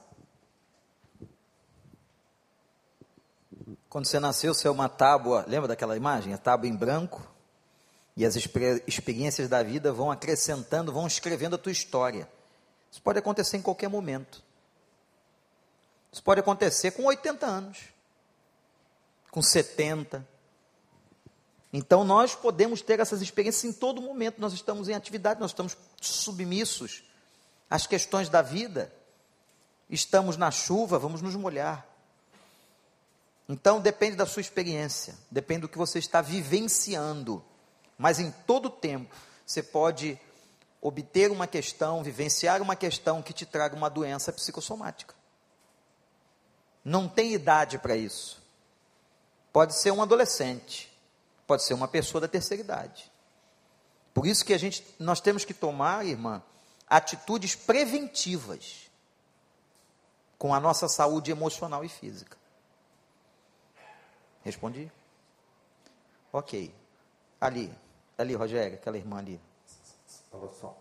Quando você nasceu, você é uma tábua, lembra daquela imagem? A tábua em branco, e as experiências da vida vão acrescentando, vão escrevendo a tua história. Isso pode acontecer em qualquer momento. Isso pode acontecer com oitenta anos, com setenta. Então nós podemos ter essas experiências em todo momento. Nós estamos em atividade, nós estamos submissos às questões da vida. Estamos na chuva, vamos nos molhar. Então depende da sua experiência, depende do que você está vivenciando. Mas em todo tempo você pode obter uma questão, vivenciar uma questão que te traga uma doença psicossomática. Não tem idade para isso. Pode ser um adolescente, pode ser uma pessoa da terceira idade. Por isso que a gente, nós temos que tomar, irmã, atitudes preventivas com a nossa saúde emocional e física. Respondi? Ok. Ali, ali, Rogério, aquela irmã ali. Fala só.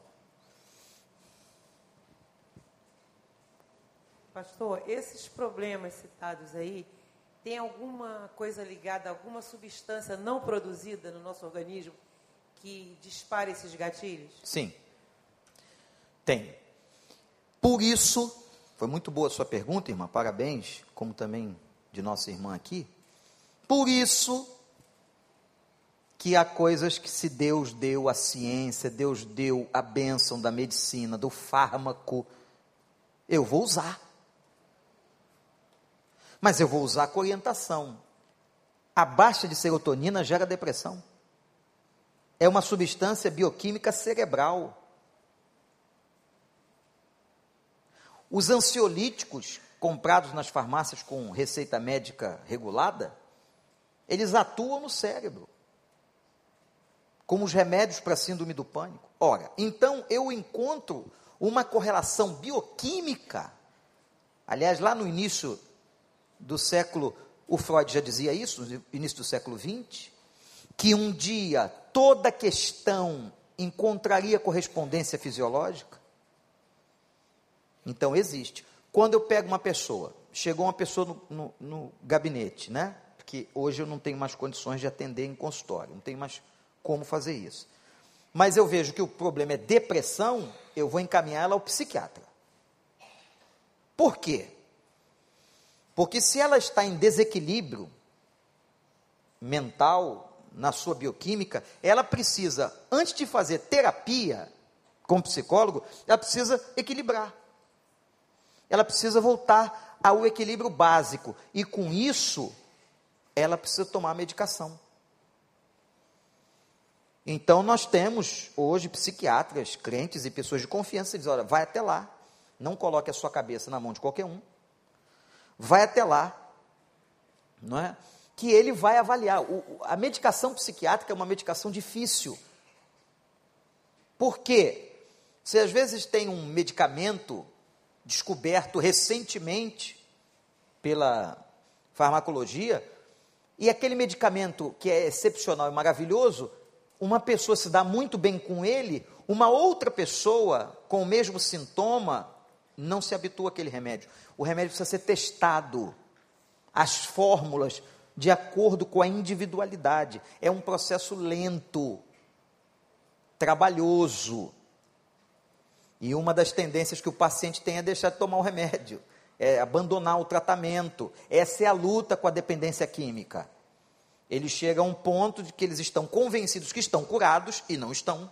Pastor, esses problemas citados aí, tem alguma coisa ligada, alguma substância não produzida no nosso organismo que dispara esses gatilhos? Sim, tem. Por isso, foi muito boa a sua pergunta, irmã, parabéns, como também de nossa irmã aqui. Por isso que há coisas que se Deus deu a ciência, Deus deu a bênção da medicina, do fármaco, eu vou usar. Mas eu vou usar com orientação. A baixa de serotonina gera depressão. É uma substância bioquímica cerebral. Os ansiolíticos comprados nas farmácias com receita médica regulada, eles atuam no cérebro, como os remédios para a síndrome do pânico. Ora, então eu encontro uma correlação bioquímica. Aliás, lá no início do século, o Freud já dizia isso, no início do século vinte, que um dia toda questão encontraria correspondência fisiológica. Então existe. Quando eu pego uma pessoa, chegou uma pessoa no, no, no gabinete, né? Porque hoje eu não tenho mais condições de atender em consultório, não tenho mais como fazer isso. Mas eu vejo que o problema é depressão, eu vou encaminhar ela ao psiquiatra. Por quê? Porque se ela está em desequilíbrio mental, na sua bioquímica, ela precisa, antes de fazer terapia com psicólogo, ela precisa equilibrar. Ela precisa voltar ao equilíbrio básico. E com isso, ela precisa tomar a medicação. Então, nós temos hoje psiquiatras, crentes e pessoas de confiança que dizem, olha, vai até lá, não coloque a sua cabeça na mão de qualquer um, vai até lá, não é? Que ele vai avaliar. O, a medicação psiquiátrica é uma medicação difícil. Por quê? Você às vezes tem um medicamento descoberto recentemente pela farmacologia, e aquele medicamento que é excepcional e maravilhoso, uma pessoa se dá muito bem com ele, uma outra pessoa com o mesmo sintoma não se habitua àquele remédio. O remédio precisa ser testado, as fórmulas, de acordo com a individualidade. É um processo lento, trabalhoso. E uma das tendências que o paciente tem é deixar de tomar o remédio, é abandonar o tratamento. Essa é a luta com a dependência química. Eles chegam a um ponto de que eles estão convencidos que estão curados e não estão.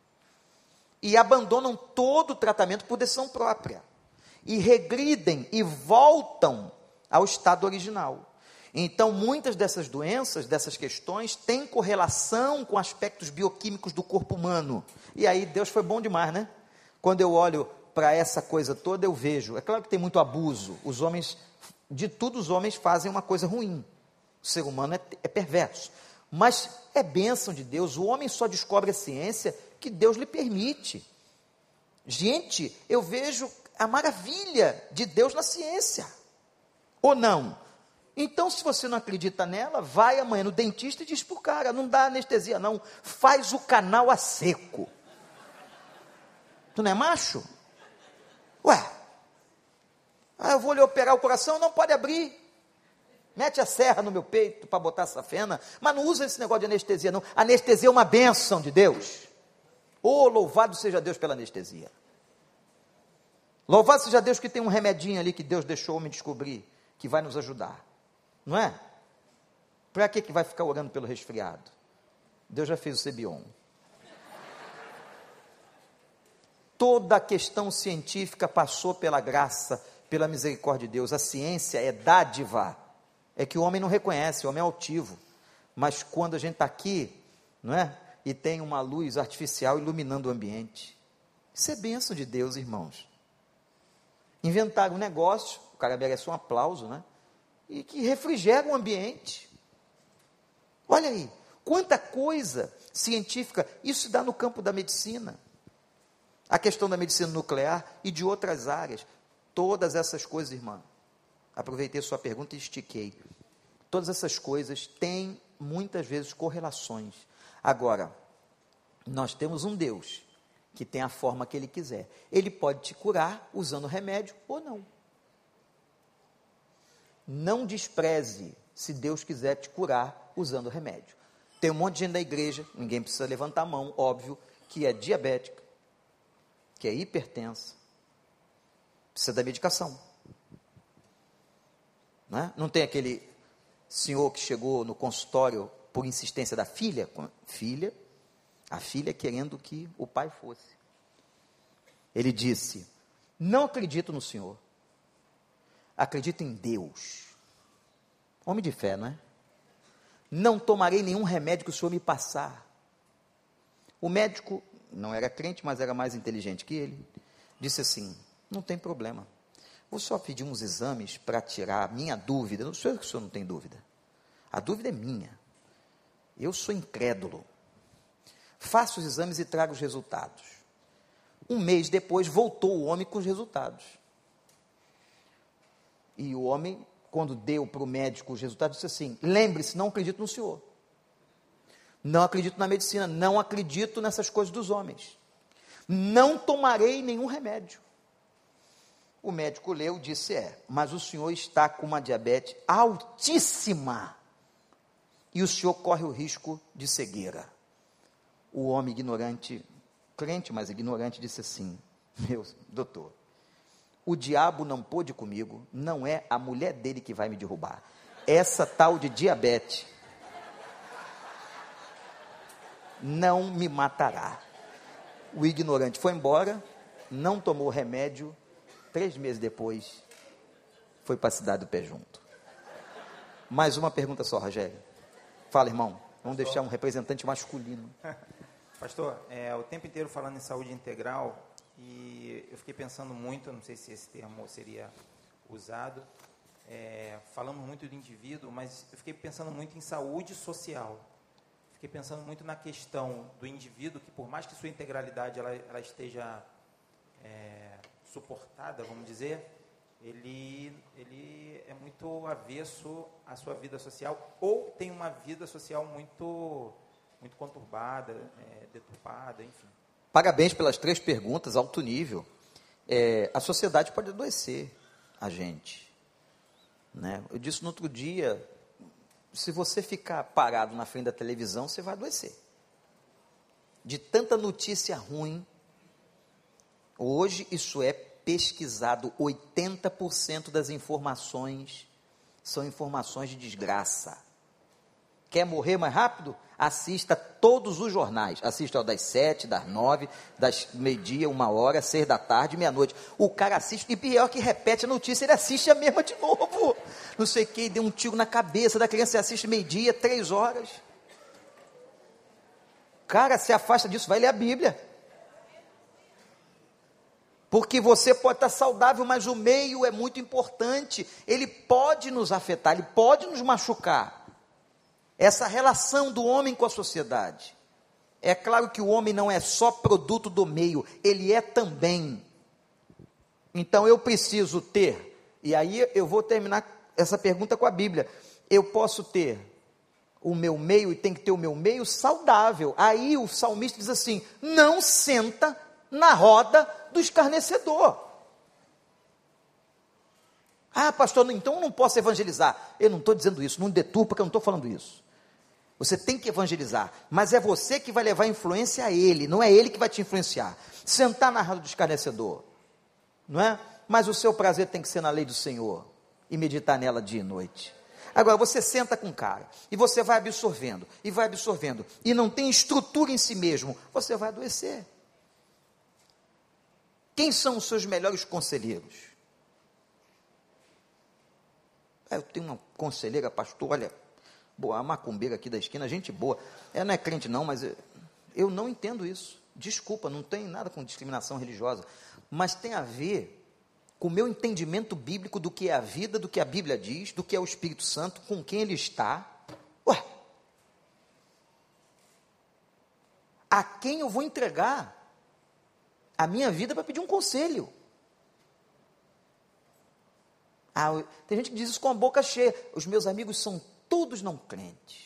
E abandonam todo o tratamento por decisão própria. E regridem e voltam ao estado original. Então, muitas dessas doenças, dessas questões, têm correlação com aspectos bioquímicos do corpo humano. E aí, Deus foi bom demais, né? Quando eu olho para essa coisa toda, eu vejo, é claro que tem muito abuso, os homens, de tudo os homens fazem uma coisa ruim, o ser humano é, é perverso, mas é bênção de Deus, o homem só descobre a ciência que Deus lhe permite. Gente, eu vejo a maravilha de Deus na ciência, ou não? Então, se você não acredita nela, vai amanhã no dentista e diz para o cara, não dá anestesia não, faz o canal a seco. Tu não é macho? Ué, ah, eu vou lhe operar o coração, não pode abrir. Mete a serra no meu peito para botar safena, mas não usa esse negócio de anestesia não. Anestesia é uma bênção de Deus. Oh, louvado seja Deus pela anestesia. Louvado seja Deus que tem um remedinho ali que Deus deixou o homem descobrir, que vai nos ajudar. Não é? Para que que vai ficar orando pelo resfriado? Deus já fez o Cebion. Toda a questão científica passou pela graça, pela misericórdia de Deus. A ciência é dádiva. É que o homem não reconhece, o homem é altivo. Mas quando a gente está aqui, não é? E tem uma luz artificial iluminando o ambiente. Isso é bênção de Deus, irmãos. Inventaram um negócio, o cara merece um aplauso, né? E que refrigera o ambiente. Olha aí, quanta coisa científica, isso se dá no campo da medicina. A questão da medicina nuclear e de outras áreas. Todas essas coisas, irmã, aproveitei sua pergunta e estiquei. Todas essas coisas têm, muitas vezes, correlações. Agora, nós temos um Deus que tem a forma que Ele quiser. Ele pode te curar usando remédio ou não. Não despreze se Deus quiser te curar usando remédio. Tem um monte de gente da igreja, ninguém precisa levantar a mão, óbvio, que é diabética, que é hipertensa, precisa da medicação. Não é? Não tem aquele senhor que chegou no consultório por insistência da filha, filha, a filha querendo que o pai fosse. Ele disse, não acredito no Senhor, acredito em Deus. Homem de fé, não é? Não tomarei nenhum remédio que o Senhor me passar. O médico não era crente, mas era mais inteligente que ele, disse assim, não tem problema, vou só pedir uns exames para tirar a minha dúvida. Não sei que o senhor não tem dúvida, a dúvida é minha, eu sou incrédulo. Faça os exames e traga os resultados. Um mês depois, voltou o homem com os resultados. E o homem, quando deu para o médico os resultados, disse assim, lembre-se, não acredito no senhor. Não acredito na medicina, não acredito nessas coisas dos homens. Não tomarei nenhum remédio. O médico leu e disse, é, mas o senhor está com uma diabetes altíssima. E o senhor corre o risco de cegueira. O homem ignorante, crente, mas ignorante, disse assim, meu doutor, o diabo não pôde comigo, não é a mulher dele que vai me derrubar. Essa tal de diabetes não me matará. O ignorante foi embora, não tomou remédio, três meses depois, foi para a cidade do pé junto. Mais uma pergunta só, Rogério. Fala, irmão. Vamos deixar um representante masculino. Pastor, é, o tempo inteiro falando em saúde integral, e eu fiquei pensando muito, não sei se esse termo seria usado, é, falamos muito do indivíduo, mas eu fiquei pensando muito em saúde social. Fiquei pensando muito na questão do indivíduo, que por mais que sua integralidade ela, ela esteja é, suportada, vamos dizer, ele, ele é muito avesso à sua vida social, ou tem uma vida social muito... muito conturbada, é, deturpada, enfim. Parabéns pelas três perguntas, alto nível. É, a sociedade pode adoecer a gente. Né? Eu disse no outro dia, se você ficar parado na frente da televisão, você vai adoecer. De tanta notícia ruim, hoje isso é pesquisado, oitenta por cento das informações são informações de desgraça. Quer morrer mais rápido? Assista todos os jornais. Assista ao das sete, das nove, das meio-dia, uma hora, seis da tarde, meia-noite. O cara assiste, e pior que repete a notícia, ele assiste a mesma de novo. Não sei quem deu um tiro na cabeça da criança, você assiste meio-dia, três horas. Cara, se afasta disso, vai ler a Bíblia. Porque você pode estar saudável, mas o meio é muito importante. Ele pode nos afetar, ele pode nos machucar. Essa relação do homem com a sociedade. É claro que o homem não é só produto do meio, ele é também. Então eu preciso ter, e aí eu vou terminar essa pergunta com a Bíblia. Eu posso ter o meu meio e tem que ter o meu meio saudável. Aí o salmista diz assim, não senta na roda do escarnecedor. Ah, pastor, então eu não posso evangelizar. Eu não estou dizendo isso, não deturpa, porque eu não estou falando isso. Você tem que evangelizar, mas é você que vai levar influência a ele, não é ele que vai te influenciar. Sentar na roda do escarnecedor, não é? Mas o seu prazer tem que ser na lei do Senhor e meditar nela dia e noite. Agora, você senta com o cara e você vai absorvendo, e vai absorvendo, e não tem estrutura em si mesmo, você vai adoecer. Quem são os seus melhores conselheiros? Eu tenho uma conselheira, pastor, olha, boa, a macumbeira aqui da esquina, gente boa, ela não é crente não, mas eu, eu não entendo isso, desculpa, não tem nada com discriminação religiosa, mas tem a ver com o meu entendimento bíblico do que é a vida, do que a Bíblia diz, do que é o Espírito Santo, com quem ele está. Ué, a quem eu vou entregar a minha vida para pedir um conselho? Ah, tem gente que diz isso com a boca cheia. Os meus amigos são todos não crentes.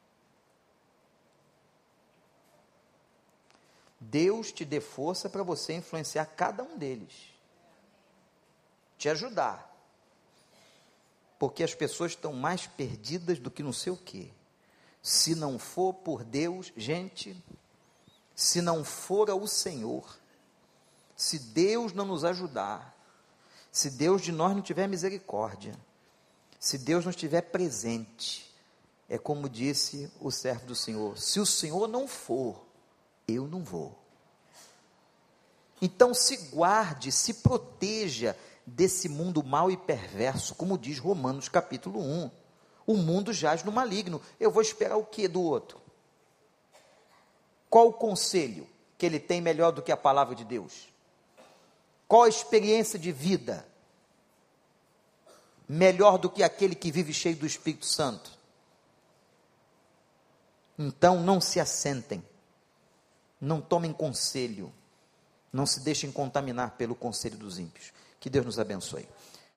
Deus te dê força para você influenciar cada um deles. Te ajudar. Porque as pessoas estão mais perdidas do que não sei o quê. Se não for por Deus, gente, se não for o Senhor, se Deus não nos ajudar, se Deus de nós não tiver misericórdia, se Deus não estiver presente, é como disse o servo do Senhor, se o Senhor não for, eu não vou. Então se guarde, se proteja desse mundo mau e perverso, como diz Romanos capítulo um. O mundo jaz no maligno. Eu vou esperar o que do outro? Qual o conselho que ele tem melhor do que a palavra de Deus? Qual a experiência de vida melhor do que aquele que vive cheio do Espírito Santo? Então não se assentem, não tomem conselho, não se deixem contaminar pelo conselho dos ímpios. Que Deus nos abençoe.